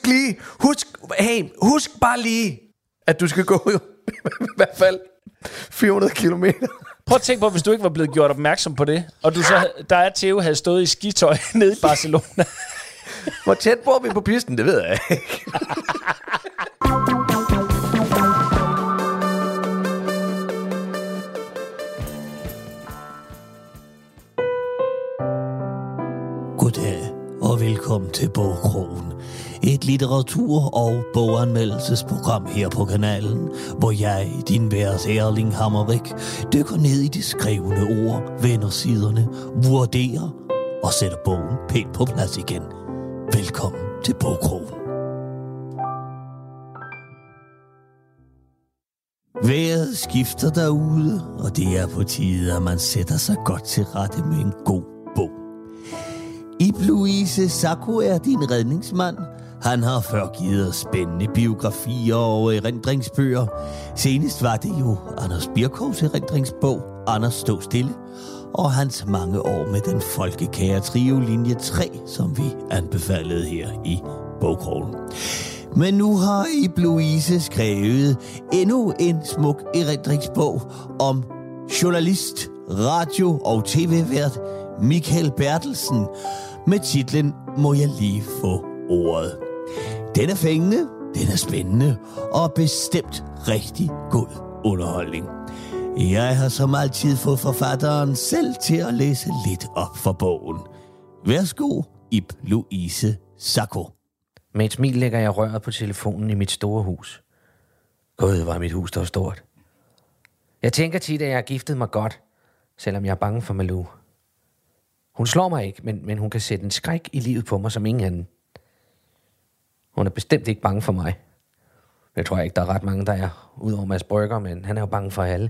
husk bare lige, at du skal gå i hvert fald 400 kilometer. Prøv at tænke på, hvis du ikke var blevet gjort opmærksom på det, og du så, Theo havde stået i skitøj nede i Barcelona. Hvor tæt bor vi på pisten, det ved jeg ikke. Goddag og velkommen til Bogkrogen. Et litteratur- og boganmeldelsesprogram her på kanalen, hvor jeg, din værs Erling Hammerrik, dykker ned i de skrevne ord, vender siderne, vurderer og sætter bogen pænt på plads igen. Velkommen til Bogkrogen. Vejret skifter derude, og det er på tide, at man sætter sig godt til rette med en god bog. Ib Louise Sacco er din redningsmand. Han har før givet os spændende biografier og erindringsbøger. Senest var det jo Anders Birkhovs erindringsbog, Anders Stå Stille, og hans mange år med den folkekære trio linje 3, som vi anbefalede her i Bogkrogen. Men nu har Ib Louise skrevet endnu en smuk erindringsbog om journalist, radio- og tv-vært Michael Bertelsen med titlen Må jeg lige få ordet. Den er fængende, den er spændende og bestemt rigtig god underholdning. Jeg har som altid fået forfatteren selv til at læse lidt op for bogen. Værsgo, Ib Louise Sacco. Med et smil lægger jeg røret på telefonen i mit store hus. Gud, var mit hus dog stort. Jeg tænker tit, at jeg har giftet mig godt, selvom jeg er bange for Malou. Hun slår mig ikke, men hun kan sætte en skræk i livet på mig som ingen anden. Hun er bestemt ikke bange for mig. Det tror jeg ikke, der er ret mange, der er, udover Mads Brygger, men han er jo bange for alle.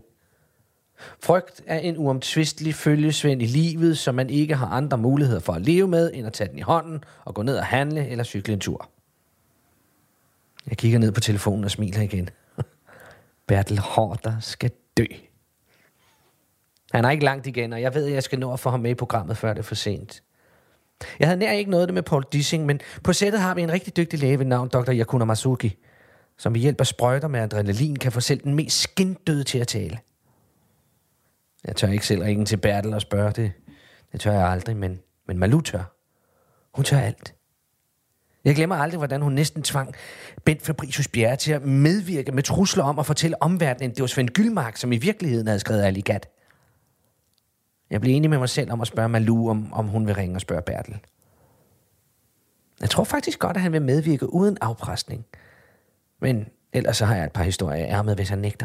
Frygt er en uomtvistelig følgesvend i livet, som man ikke har andre muligheder for at leve med, end at tage den i hånden og gå ned og handle eller cykle en tur. Jeg kigger ned på telefonen og smiler igen. Bertel Haarder skal dø. Han er ikke langt igen, og jeg ved, at jeg skal nå at få ham med i programmet, før det er for sent. Jeg havde nær ikke noget det med Paul Dissing, men på sættet har vi en rigtig dygtig læge ved navn Dr. Yakuna Masuki, som ved hjælp af sprøjter med adrenalin kan få selv den mest skindøde til at tale. Jeg tør ikke selv ringe til Bertel og spørge det. Det tør jeg aldrig, men Malou tør. Hun tør alt. Jeg glemmer aldrig, hvordan hun næsten tvang Bent Fabricius Bjerre til at medvirke med trusler om at fortælle omverdenen, det var Svend Gyldmark, som i virkeligheden havde skrevet Aligat. Jeg blev enig med mig selv om at spørge Malou, om hun vil ringe og spørge Bertel. Jeg tror faktisk godt, at han vil medvirke uden afpresning. Men ellers så har jeg et par historier i ærmet, hvis han nægter.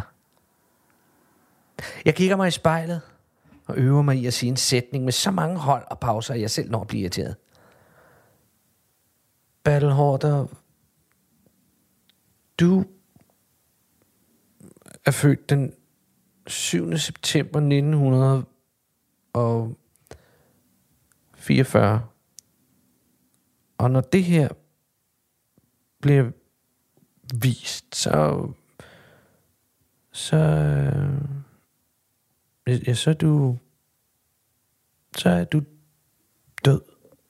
Jeg kigger mig i spejlet og øver mig i at sige en sætning med så mange hold og pauser, at jeg selv når at blive irriteret. Bertel Haarder, du er født den 7. september 1944. Og når det her bliver vist, så er du død.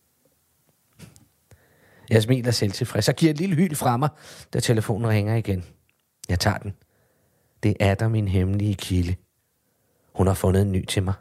Jeg smiler selvtilfreds og giver et lille hyl fra mig, da telefonen ringer igen. Jeg tager den. Det er der min hemmelige kilde. Hun har fundet en ny til mig.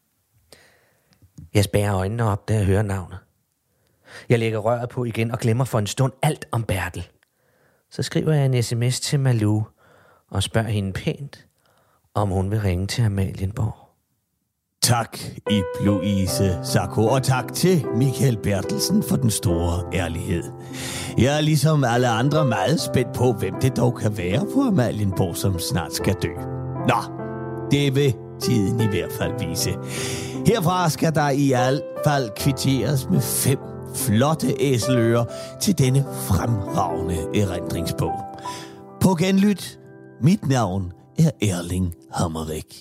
Jeg spærrer øjnene op, da jeg hører navnet. Jeg lægger røret på igen og glemmer for en stund alt om Bertel. Så skriver jeg en sms til Malou og spørg hende pænt, om hun vil ringe til Amalienborg. Tak, Ib Louise Sacco, og tak til Michael Bertelsen for den store ærlighed. Jeg er ligesom alle andre meget spændt på, hvem det dog kan være på Amalienborg, som snart skal dø. Nå, det vil tiden i hvert fald vise. Herfra skal der i hvert fald kvitteres med 5 flotte æselører til denne fremragende erindringsbog. På genlyt, mit navn er Erling Hammerik.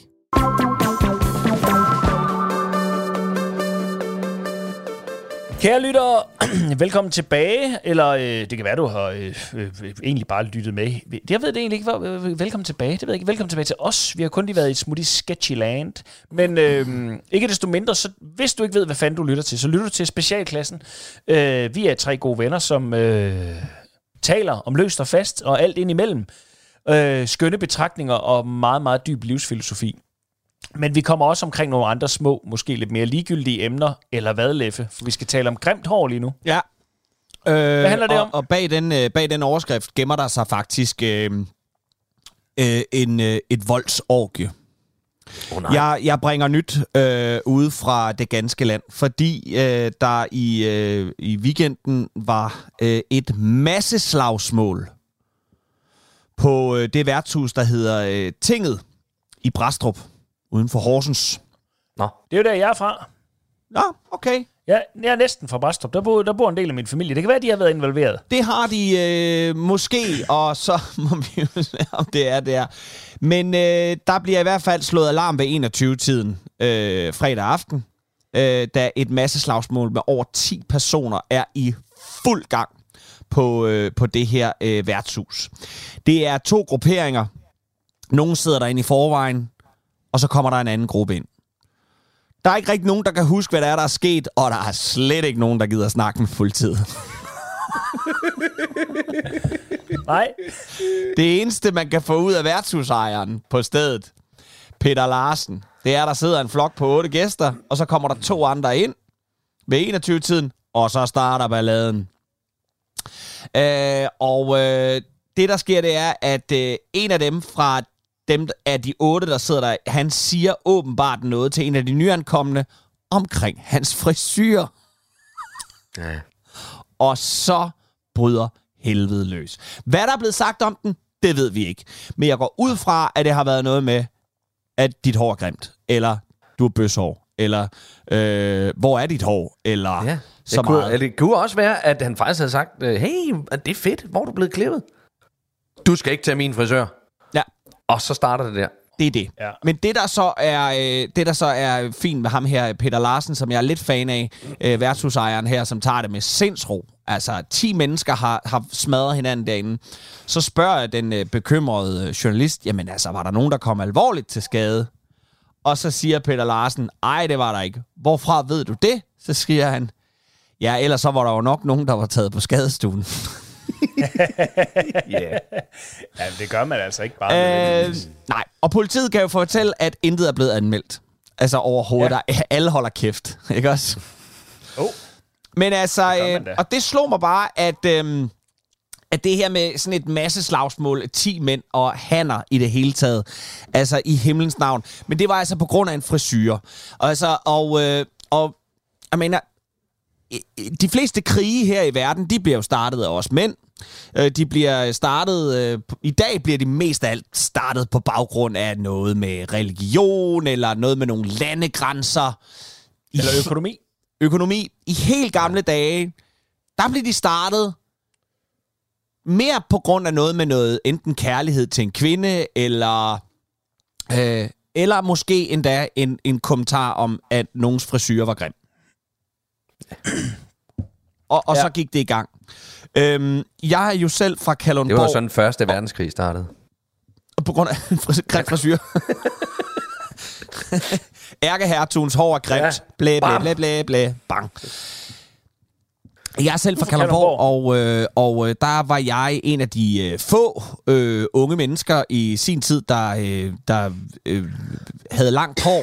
Kære lyttere, velkommen tilbage, eller det kan være, du har egentlig bare lyttet med. Jeg ved det egentlig ikke, velkommen tilbage. Det ved jeg ikke. Velkommen tilbage til os. Vi har kun lige været i Smoothie Sketchy Land. Men ikke desto mindre, så hvis du ikke ved, hvad fanden du lytter til, så lytter du til Specialklassen. Vi er 3 gode venner, som taler om løst og fast og alt indimellem. Skønne betragtninger og meget, meget dyb livsfilosofi. Men vi kommer også omkring nogle andre små, måske lidt mere ligegyldige emner, eller hvad, Leffe? For vi skal tale om grimt hår lige nu. Ja. Hvad handler det om? Og bag den overskrift gemmer der sig faktisk et voldsorgie. Jeg bringer nyt ude fra det ganske land, fordi der i weekenden var et masseslagsmål på det værtshus, der hedder Tinget i Brastrup, uden for Horsens. Nå. Det er jo der, jeg er fra. Nå, okay. Ja, jeg er næsten fra Brastrup. Der bor en del af min familie. Det kan være, at de har været involveret. Det har de måske, og så må vi jo se, om det er der. Men der bliver i hvert fald slået alarm ved 21-tiden fredag aften, da et masseslagsmål med over 10 personer er i fuld gang på det her værtshus. Det er 2 grupperinger. Nogle sidder derinde i forvejen, og så kommer der en anden gruppe ind. Der er ikke rigtig nogen, der kan huske, hvad der er sket, og der er slet ikke nogen, der gider snakke med politiet. Nej. Det eneste, man kan få ud af værtshusejeren på stedet, Peter Larsen, det er, der sidder en flok på 8 gæster, og så kommer der 2 andre ind ved 21-tiden, og så starter balladen. Det, der sker, det er, at en af dem fra dem af de 8, der sidder der, han siger åbenbart noget til en af de nyankomne omkring hans frisyr. Ja. Og så bryder helvede løs. Hvad der er blevet sagt om den, det ved vi ikke. Men jeg går ud fra, at det har været noget med, at dit hår er grimt, eller du er bøshår, eller hvor er dit hår, eller ja. så meget. Det kunne også være, at han faktisk havde sagt, hey, det er fedt, hvor er du blevet klippet? Du skal ikke tage min frisør. Ja. Og så starter det der. Det er det. Ja. Men det der så er fint med ham her, Peter Larsen, som jeg er lidt fan af, værtshusejeren her, som tager det med sindsro. Altså, 10 mennesker har smadret hinanden derinde. Så spørger den bekymrede journalist, jamen altså, var der nogen, der kom alvorligt til skade? Og så siger Peter Larsen, ej, det var der ikke. Hvorfra ved du det? Så siger han, ja, ellers så var der jo nok nogen, der var taget på skadestuen. Yeah. Ja, det gør man altså ikke bare. Nej, og politiet kan jo fortælle, at intet er blevet anmeldt. Altså overhovedet, ja. Alle holder kæft, ikke også? Men altså, og det slog mig bare, at det her med sådan et masseslagsmål, 10 mænd og hanner i det hele taget, altså i himlens navn. Men det var altså på grund af en frisyre. Og jeg mener, de fleste krige her i verden, de bliver jo startet af os mænd. De bliver startet, i dag bliver de mest af alt startet på baggrund af noget med religion, eller noget med nogle landegrænser. Eller økonomi. Økonomi. I helt gamle dage, der blev de startet mere på grund af noget med noget, enten kærlighed til en kvinde, eller måske endda en kommentar om, at nogens frisyr var grim. Og så gik det i gang. Jeg er jo selv fra Kalundborg. Det var sådan, første verdenskrig startede. På grund af grim frisyr. Ærkehertugens hår er grimt. Blæ, blæ, blæ, blæ, blæ. Bang. Jeg er selv fra Kalundborg, og der var jeg en af de få unge mennesker i sin tid, der havde langt hår.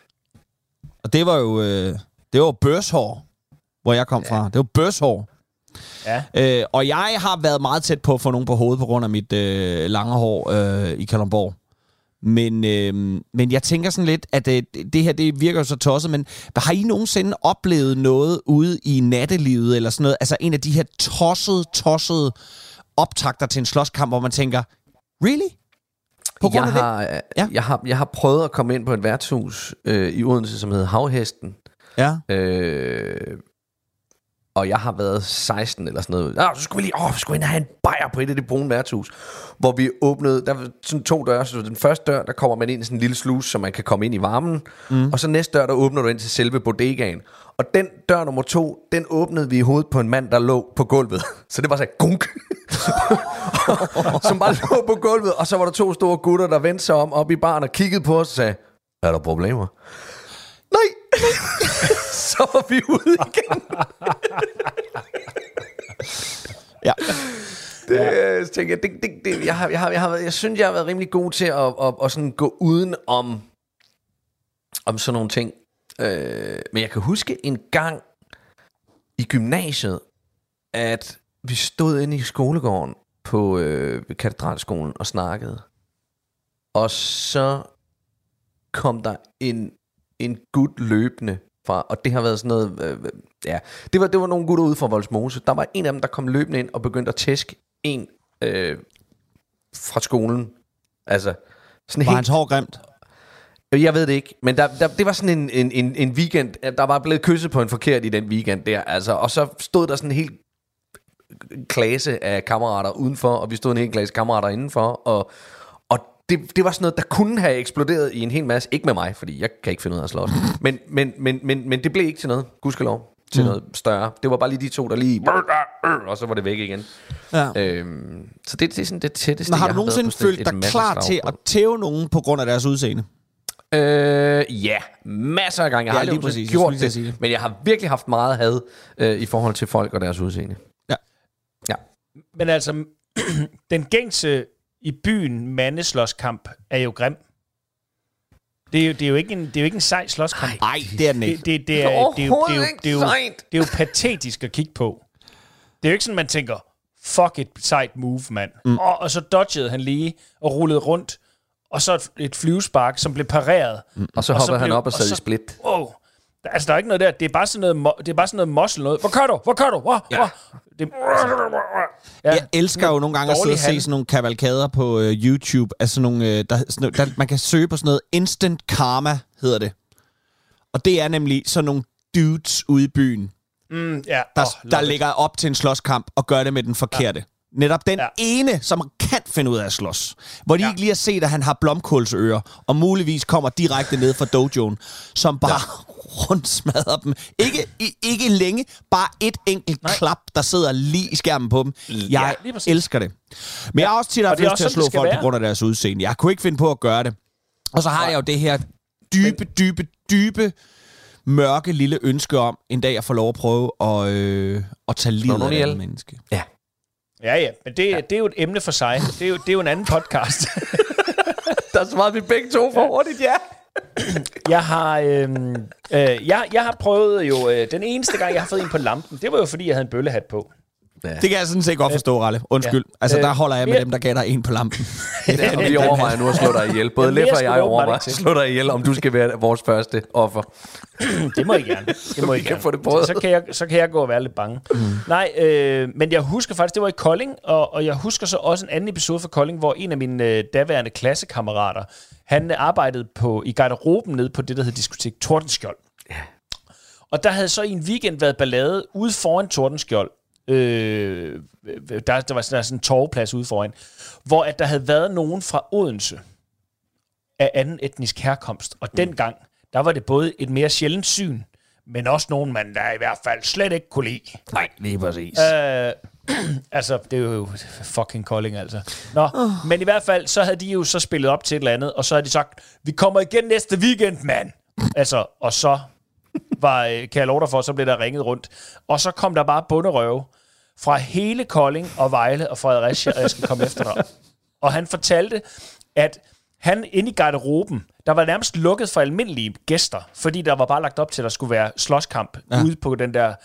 Og det var jo børshår, hvor jeg kom fra. Det var børshår. Ja. Og jeg har været meget tæt på at få nogen på hovedet på grund af mit lange hår i Kalundborg. Men jeg tænker sådan lidt, at det her, det virker jo så tosset, men har I nogensinde oplevet noget ude i nattelivet, eller sådan noget? Altså en af de her tossede optakter til en slåskamp, hvor man tænker, really? På grund af det? Jeg har prøvet at komme ind på et værtshus i Odense, som hedder Havhesten. Ja. Og jeg har været 16 eller sådan noget. Så skulle vi lige ind og have en bajer på et af de brune værtshus, hvor vi åbnede, der var sådan 2 døre. Så den første dør, der kommer man ind i sådan en lille sluse, så man kan komme ind i varmen. Og så næste dør, der åbner du ind til selve bodegaen. Og den dør nummer 2, den åbnede vi i hovedet på en mand, der lå på gulvet. Så det var så gunk. Som bare lå på gulvet. Og så var der 2 store gutter, der vendte sig om op i baren og kiggede på os og sagde, er der problemer? Nej. Så var vi ude igen. Ja. Så tænker jeg synes, jeg har været rimelig god til at sådan gå uden om sådan nogle ting. Men jeg kan huske en gang i gymnasiet, at vi stod inde i skolegården på Katedralskolen og snakkede. Og så kom der en gut løbende fra, og det har været sådan noget, det var nogle gutter ude fra Vollsmose. Der var en af dem, der kom løbende ind og begyndte at tæske en fra skolen. Altså sådan Var hans hår grimt? Jeg ved det ikke, men det var sådan en weekend. Der var blevet kysset på en forkert i den weekend der, altså. Og så stod der sådan en hel klasse af kammerater udenfor, og vi stod en hel klasse kammerater indenfor, og det var sådan noget, der kunne have eksploderet i en hel masse. Ikke med mig, fordi jeg kan ikke finde ud af at slås. Men det blev ikke til noget, gudskelov, til noget større. Det var bare lige de 2, der lige og så var det væk igen. Ja. Så det er sådan det tætteste. Men har du nogensinde følt dig klar til at tæve nogen på grund af deres udseende? Ja, masser af gange. Jeg har lige præcis gjort det, men jeg har virkelig haft meget had i forhold til folk og deres udseende. Ja. Men altså, den gængse i byen mandeslåskamp er jo grim. Det er jo ikke en sej slåskamp. Nej, det er den ikke. Det er jo patetisk at kigge på. Det er jo ikke sådan, man tænker, fuck et sejt move, mand. Og så dodgede han lige og rullede rundt, og så et flyvespark, som blev pareret. Og så hoppede han op og sad i split. Wow. Altså, der er ikke noget der. Det er bare sådan noget muscle noget. Hvor kører du? Ja. Jeg elsker jo nogle gange at sidde og se sådan nogle kavalkader på YouTube. Altså nogle, man kan søge på sådan noget instant karma, hedder det. Og det er nemlig sådan nogle dudes ude i byen, der ligger op til en slåskamp og gør det med den forkerte. Ja. Netop den ene, som kan finde ud af at slås. Hvor de ikke lige har set, at han har blomkålsører, og muligvis kommer direkte ned fra dojoen, som bare rundt smadrer dem. Ikke længe, bare et enkelt klap, der sidder lige i skærmen på dem. Jeg elsker det. Men jeg har også tit haft lyst til at slå folk på grund af deres udseende. Jeg kunne ikke finde på at gøre det. Og så har jeg jo det her dybe mørke lille ønske om en dag at få lov at prøve at tage livet af et menneske. Ja. Ja, men det er jo et emne for sig. Det er jo en anden podcast. Der svarede vi begge 2 for hurtigt, ja. Jeg har prøvet jo... Den eneste gang, jeg har fået en på lampen, det var jo fordi, jeg havde en bøllehat på. Ja. Det kan jeg sådan set godt forstå, Ralle. Undskyld. Ja. Altså, der holder jeg med dem, der gætter en på lampen. Vi overvejer nu at slå dig ihjel. Både Leff og jeg overvejer at slå dig ihjel, om du skal være vores første offer. Det må I gerne. Få det prøvet. Så kan jeg gå og være lidt bange. Nej, men jeg husker faktisk, det var i Kolding, og jeg husker så også en anden episode fra Kolding, hvor en af mine daværende klassekammerater, han arbejdede i garderoben nede på det, der hed diskotek Tordenskjold. Ja. Og der havde så i en weekend været ballade ude foran Tordenskjold. Der var sådan en torveplads ude foran, hvor at der havde været nogen fra Odense af anden etnisk herkomst. Og dengang, der var det både et mere sjældent syn, men også nogen, man der i hvert fald slet ikke kunne lide. Nej, lige præcis. Altså, det er jo fucking Kolding, altså. Nå, men i hvert fald, så havde de jo så spillet op til et eller andet, og så havde de sagt, vi kommer igen næste weekend, mand. Altså, og så kan jeg love dig for, så blev der ringet rundt. Og så kom der bare bunderøve fra hele Kolding og Vejle og Fredericia, og jeg skal komme efter dig. Og han fortalte, at han inde i garderoben, der var nærmest lukket for almindelige gæster, fordi der var bare lagt op til, at der skulle være slåskamp ude på den der.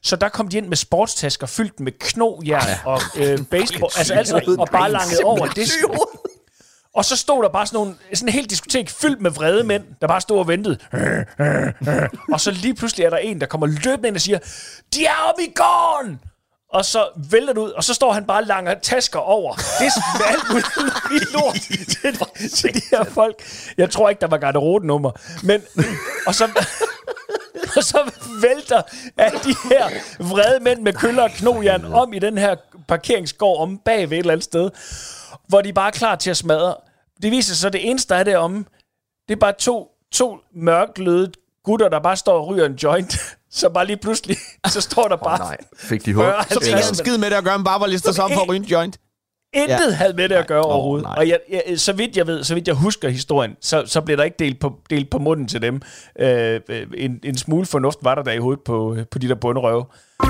Så der kom de ind med sportstasker fyldt med knogjern og baseball, altså og bare langet over det. Og så stod der bare sådan en hel diskotek fyldt med vrede mænd, der bare stod og ventede. Og så lige pludselig er der en, der kommer løbende ind og siger, de er oppe i gården! Og så vælter det ud, og så står han bare og langer tasker over. Det er smalt ud i lort til de her folk. Jeg tror ikke, der var garderobenummer. Men, og så vælter alle de her vrede mænd med køller og knogjern om i den her parkeringsgård om bag ved et eller andet sted, hvor de bare er klar til at smadre. Det viser sig, det eneste, der er deromme, det er bare to mørkløde gutter, der bare står og ryger en joint. Så bare lige pludselig, så står der bare... nej, fik de hul. Så fik jeg en skid med det at gøre, man bare var listet sammen for at ryge en joint. Intet havde med det at gøre overhovedet. Og så vidt jeg husker historien, så blev der ikke delt på munden til dem. En smule fornuft var der i hovedet på de der bunderøve.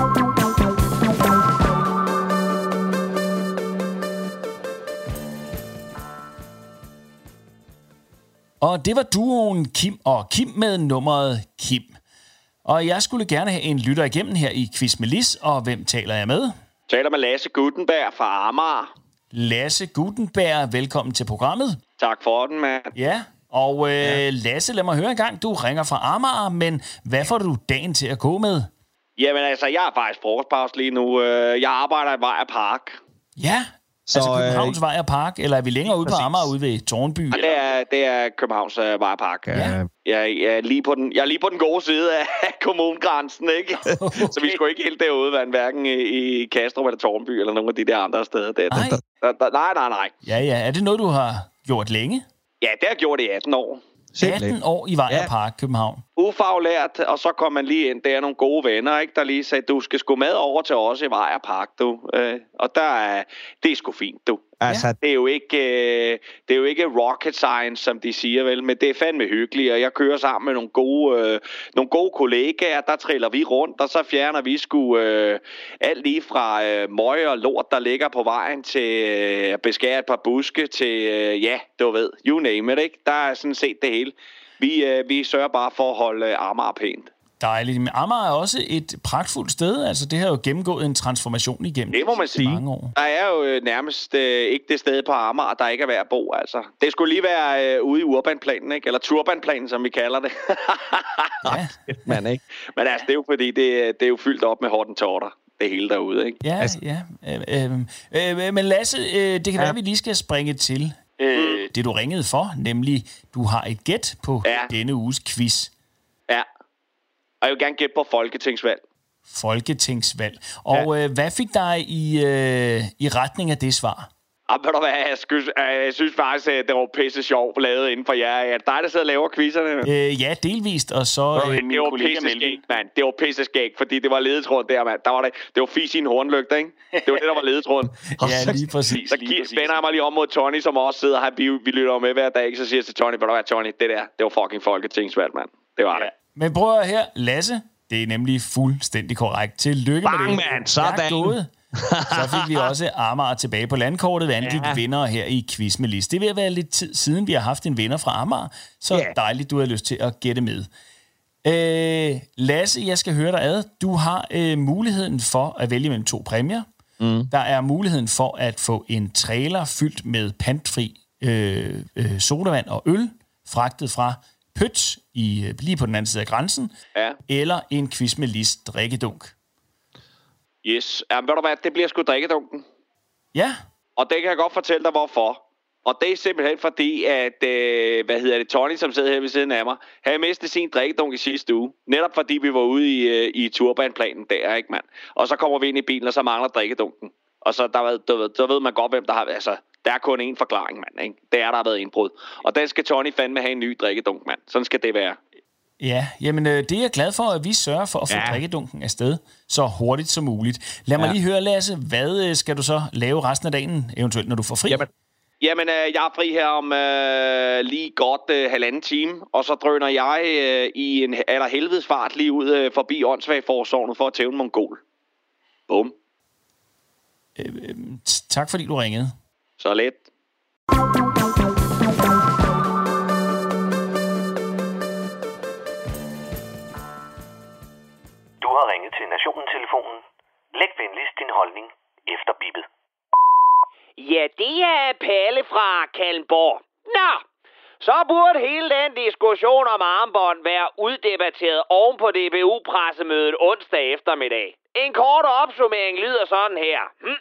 Og det var duoen Kim og Kim med nummeret Kim. Og jeg skulle gerne have en lytter igennem her i Quiz med Lis, og hvem taler jeg med? Taler med Lasse Gutenberg fra Amager. Lasse Gutenberg, velkommen til programmet. Tak for den, mand. Ja, og Lasse, lad mig høre en gang. Du ringer fra Amager, men hvad får du dagen til at gå med? Jamen altså, jeg er faktisk frokostpause lige nu. Jeg arbejder i Vejr Park. Ja, så, altså Københavns Vejr Park, eller er vi længere ude på Amager, ude ved Tårnby? Det er Københavns Vejr Park. Ja. Jeg er lige på den gode side af kommunegrænsen, ikke? Okay. Så vi skulle ikke helt derude, hverken i Kastrup eller Tårnby, eller nogle af de der andre steder. Nej. Ja. Er det noget, du har gjort længe? Ja, det har jeg gjort i 18 år. 18 år i Vejr Park, København. Ufaglært, og så kom man lige ind. Det er nogle gode venner, ikke, der lige sagde, du skal sgu med over til os i Vejr Park, du. Og det er sgu fint, du. Altså, det er jo ikke rocket science, som de siger, vel, men det er fandme hyggeligt, og jeg kører sammen med nogle gode kollegaer, der triller vi rundt, og så fjerner vi sgu alt lige fra møg og lort, der ligger på vejen, til at beskære et par buske, til, du ved, you name it, ikke? Der er sådan set det hele. Vi sørger bare for at holde Amager pænt. Dejligt. Men Amager er også et pragtfuldt sted. Altså, det har jo gennemgået en transformation igennem. Det må man sige. Mange år. Der er jo nærmest ikke det sted på Amager, der ikke er værd at bo, altså. Det skulle lige være ude i urbanplanen, ikke? Eller turbanplanen, som vi kalder det. Ja. Man, ikke? Men altså, det er jo fordi, det er jo fyldt op med hottentotter. Det hele derude, ikke? Ja. Men Lasse, det kan være, at vi lige skal springe til det, du ringede for. Nemlig, du har et gæt på denne uges quiz. Ja. Og jeg vil gerne gætte på folketingsvalg. Folketingsvalg. Og hvad fik dig i retning af det svar? Ved du hvad, jeg synes faktisk, at det var pisse sjovt lavet inden for jer. Er det dig, der sidder og laver quizzerne? Ja, delvist, og så... det var pisseskæg, mand. Det var pisseskæg, fordi det var ledetråden der, mand. Det var fis i en hornlygte, ikke? Det var det, der var ledetråden. Ja, lige præcis. Så vender jeg mig lige om mod Tony, som også sidder her. Vi lytter jo med hver dag, så siger jeg til Tony, ved du hvad, Tony, det var fucking folketingsvalg, mand. Det var det. Men prøv her, Lasse. Det er nemlig fuldstændig korrekt. Tillykke med det. Man, sådan. Så fik vi også Amager tilbage på landkortet, hvad angik vinder her i Quiz med Lis. Det vil være lidt tid siden, vi har haft en vinder fra Amager, så dejligt, du har lyst til at gætte med. Lasse, jeg skal høre dig ad. Du har muligheden for at vælge mellem 2 præmier. Der er muligheden for at få en trailer fyldt med pantfri sodavand og øl, fragtet fra Pøts lige på den anden side af grænsen, eller en Quiz med Lis drikkedunk. Yes. Ved du hvad, det bliver sgu drikkedunken. Ja. Og det kan jeg godt fortælle dig, hvorfor. Og det er simpelthen fordi, at, Tony, som sidder her ved siden af mig, havde mistet sin drikkedunk i sidste uge. Netop fordi vi var ude i turbanplanen der, ikke mand? Og så kommer vi ind i bilen, og så mangler drikkedunken. Og så der ved man godt, hvem der har... Altså, der er kun én forklaring, mand, ikke? Det er, der har været indbrud. Og den skal Tony fandme have en ny drikkedunk, mand. Sådan skal det være. Ja, jamen det er jeg glad for, at vi sørger for at få drikkedunken afsted så hurtigt som muligt. Lad mig lige høre, Lasse, hvad skal du så lave resten af dagen, eventuelt når du får fri? Jamen, jeg er fri her om lige godt 1,5 time, og så drøner jeg i en allerhelvedes fart lige ud forbi Åndssvagforsorgen for at tæve en mongol. Bum. Tak fordi du ringede. Så let. Du har ringet til Nationen-telefonen. Læg venligst din holdning efter bippet. Ja, det er Palle fra Kalmborg. Nå, så burde hele den diskussion om armbånd være uddebatteret oven på DBU-pressemødet onsdag eftermiddag. En kort opsummering lyder sådan her.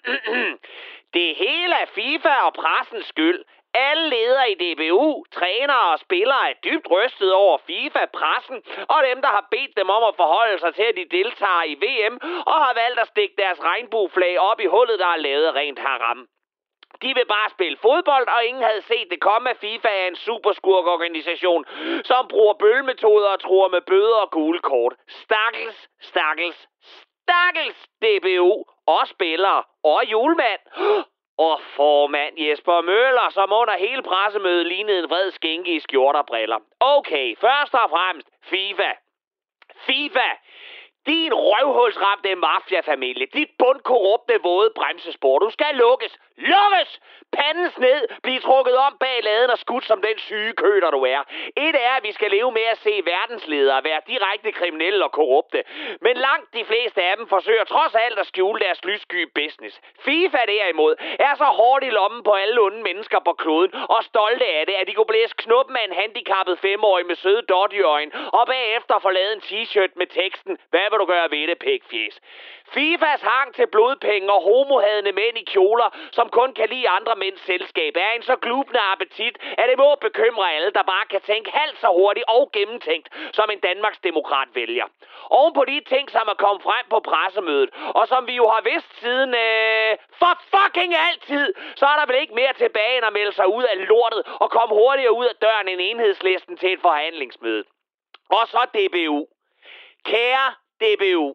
Det hele er FIFA og pressens skyld. Alle ledere i DBU, trænere og spillere er dybt rystet over FIFA, pressen og dem, der har bedt dem om at forholde sig til, at de deltager i VM og har valgt at stikke deres regnbueflag op i hullet, der er lavet rent haram. De vil bare spille fodbold, og ingen havde set det komme, at FIFA er en superskurkorganisation, som bruger bøllemetoder og truer med bøder og gule kort. Stakkels, stakkels, stakkels DBU og spillere og julemand. Og formand Jesper Møller, som under hele pressemødet lignede en vred skænke i skjort og briller. Okay, først og fremmest FIFA. FIFA! Din røvhulsramte mafiafamilie, dit bundkorrupte våde bremsespor, du skal lukkes. Lukkes! Pandens ned, blive trukket om bag laden og skudt som den syge køter du er. Et er, at vi skal leve med at se verdensledere være direkte kriminelle og korrupte. Men langt de fleste af dem forsøger trods alt at skjule deres lyssky business. FIFA derimod er så hårdt i lommen på alle onde mennesker på kloden og stolte af det, at de kunne blæse knuppen af en handicappet 5-årig med søde dot-i-øjne og bagefter få lavet en t-shirt med teksten: Hvad vil du gøre ved det, pækfjes? FIFAs hang til blodpenge og homohadende mænd i kjoler, som kun kan lide andre mænds selskab, er en så glubende appetit, at det må bekymre alle, der bare kan tænke halvt så hurtigt og gennemtænkt, som en Danmarks demokrat vælger. Oven på de ting, som er kommet frem på pressemødet, og som vi jo har vidst siden for fucking altid, så er der vel ikke mere tilbage end at melde sig ud af lortet og komme hurtigere ud af døren end Enhedslisten til et forhandlingsmøde. Og så DBU. Kære DBU.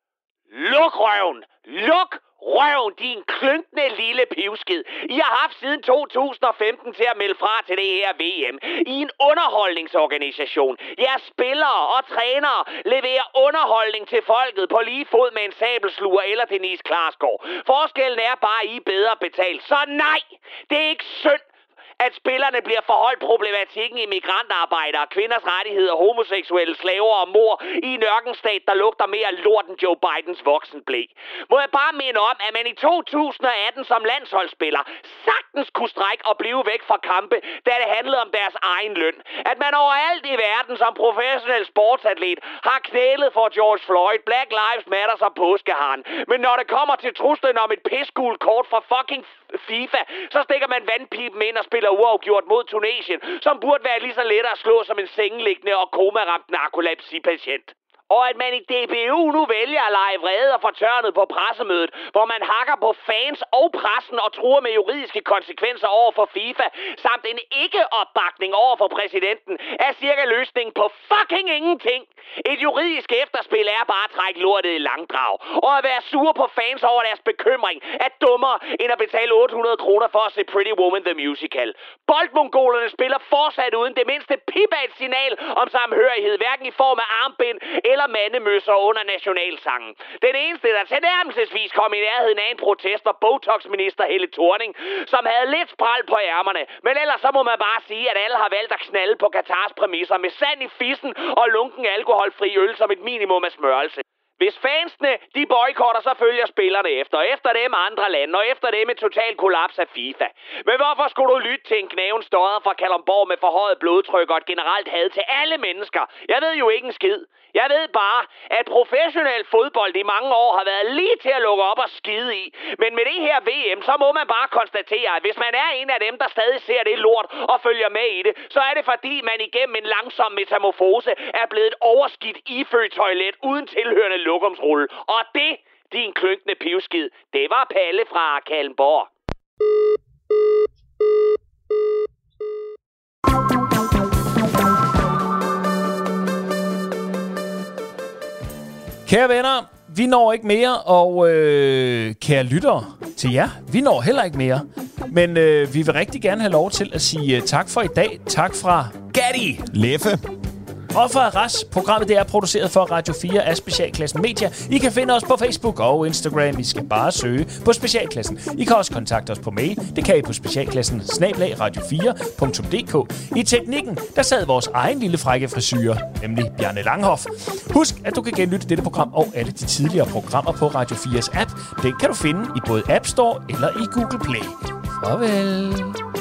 Luk røven! Luk røven, din klynkende lille pivskid. I har haft siden 2015 til at melde fra til det her VM. I en underholdningsorganisation. Jeres spillere og trænere leverer underholdning til folket på lige fod med en sabelsluger eller Denise Klarsgaard. Forskellen er bare, at I er bedre betalt. Så nej, det er ikke synd, at spillerne bliver forholdt problematikken i migrantarbejdere, kvinders rettigheder, homoseksuelle, slaver og mor i en ørkenstat, der lugter mere lort end Joe Bidens voksenblæ. Må jeg bare minde om, at man i 2018 som landsholdsspiller sagtens kunne strække og blive væk fra kampe, da det handlede om deres egen løn. At man overalt i verden som professionel sportsatlet har knælet for George Floyd, Black Lives Matter og påskeharen. Men når det kommer til truslen om et pissegult kort fra fucking FIFA, så stikker man vandpipen ind og spiller uafgjort mod Tunesien, som burde være lige så let at slå som en sengeliggende og komaramt narkolepsipatient. Og at man i DBU nu vælger at lege vrede og fortørnet på pressemødet, hvor man hakker på fans og pressen og truer med juridiske konsekvenser over for FIFA, samt en ikke-opbakning over for præsidenten, er cirka løsningen på fucking ingenting. Et juridisk efterspil er bare at trække lortet i langdrag. Og at være sur på fans over deres bekymring er dummere end at betale 800 kroner for at se Pretty Woman the Musical. Boldmongolerne spiller fortsat uden det mindste pip af et signal om samhørighed, hverken i form af armbind eller mandemøsser under nationalsangen. Den eneste, der tilnærmelsesvis kom i nærheden af en protest, var Botox-minister Helle Thorning, som havde lidt spral på ærmerne. Men ellers så må man bare sige, at alle har valgt at knalde på Katars præmisser med sand i fissen og lunken alkoholfri øl som et minimum af smørelse. Hvis fansene, de boykotter, så følger spillerne efter. Efter dem andre lande, og efter dem et total kollaps af FIFA. Men hvorfor skulle du lytte til en knæven stodder fra Kalundborg med forhøjet blodtryk og et generelt had til alle mennesker? Jeg ved jo ikke en skid. Jeg ved bare, at professionel fodbold i mange år har været lige til at lukke op og skide i. Men med det her VM, så må man bare konstatere, at hvis man er en af dem, der stadig ser det lort og følger med i det, så er det fordi, man igennem en langsom metamorfose er blevet et overskidt ifødt toilet uden tilhørende lokumsrulle. Og det, din klynkende pivskid, det var Palle fra Kalundborg. Kære venner, vi når ikke mere, og kære lyttere til jer, vi når heller ikke mere. Men vi vil rigtig gerne have lov til at sige tak for i dag. Tak fra Gatti, Leffe, Offer af Ras. Programmet det er produceret for Radio 4 af Specialklassen Media. I kan finde os på Facebook og Instagram. I skal bare søge på Specialklassen. I kan også kontakte os på mail. Det kan I på specialklassen@radio4.dk. I teknikken, der sad vores egen lille frække frisyre, nemlig Bjarne Langhoff. Husk, at du kan genlytte dette program og alle de tidligere programmer på Radio 4's app. Den kan du finde i både App Store eller i Google Play. Farvel.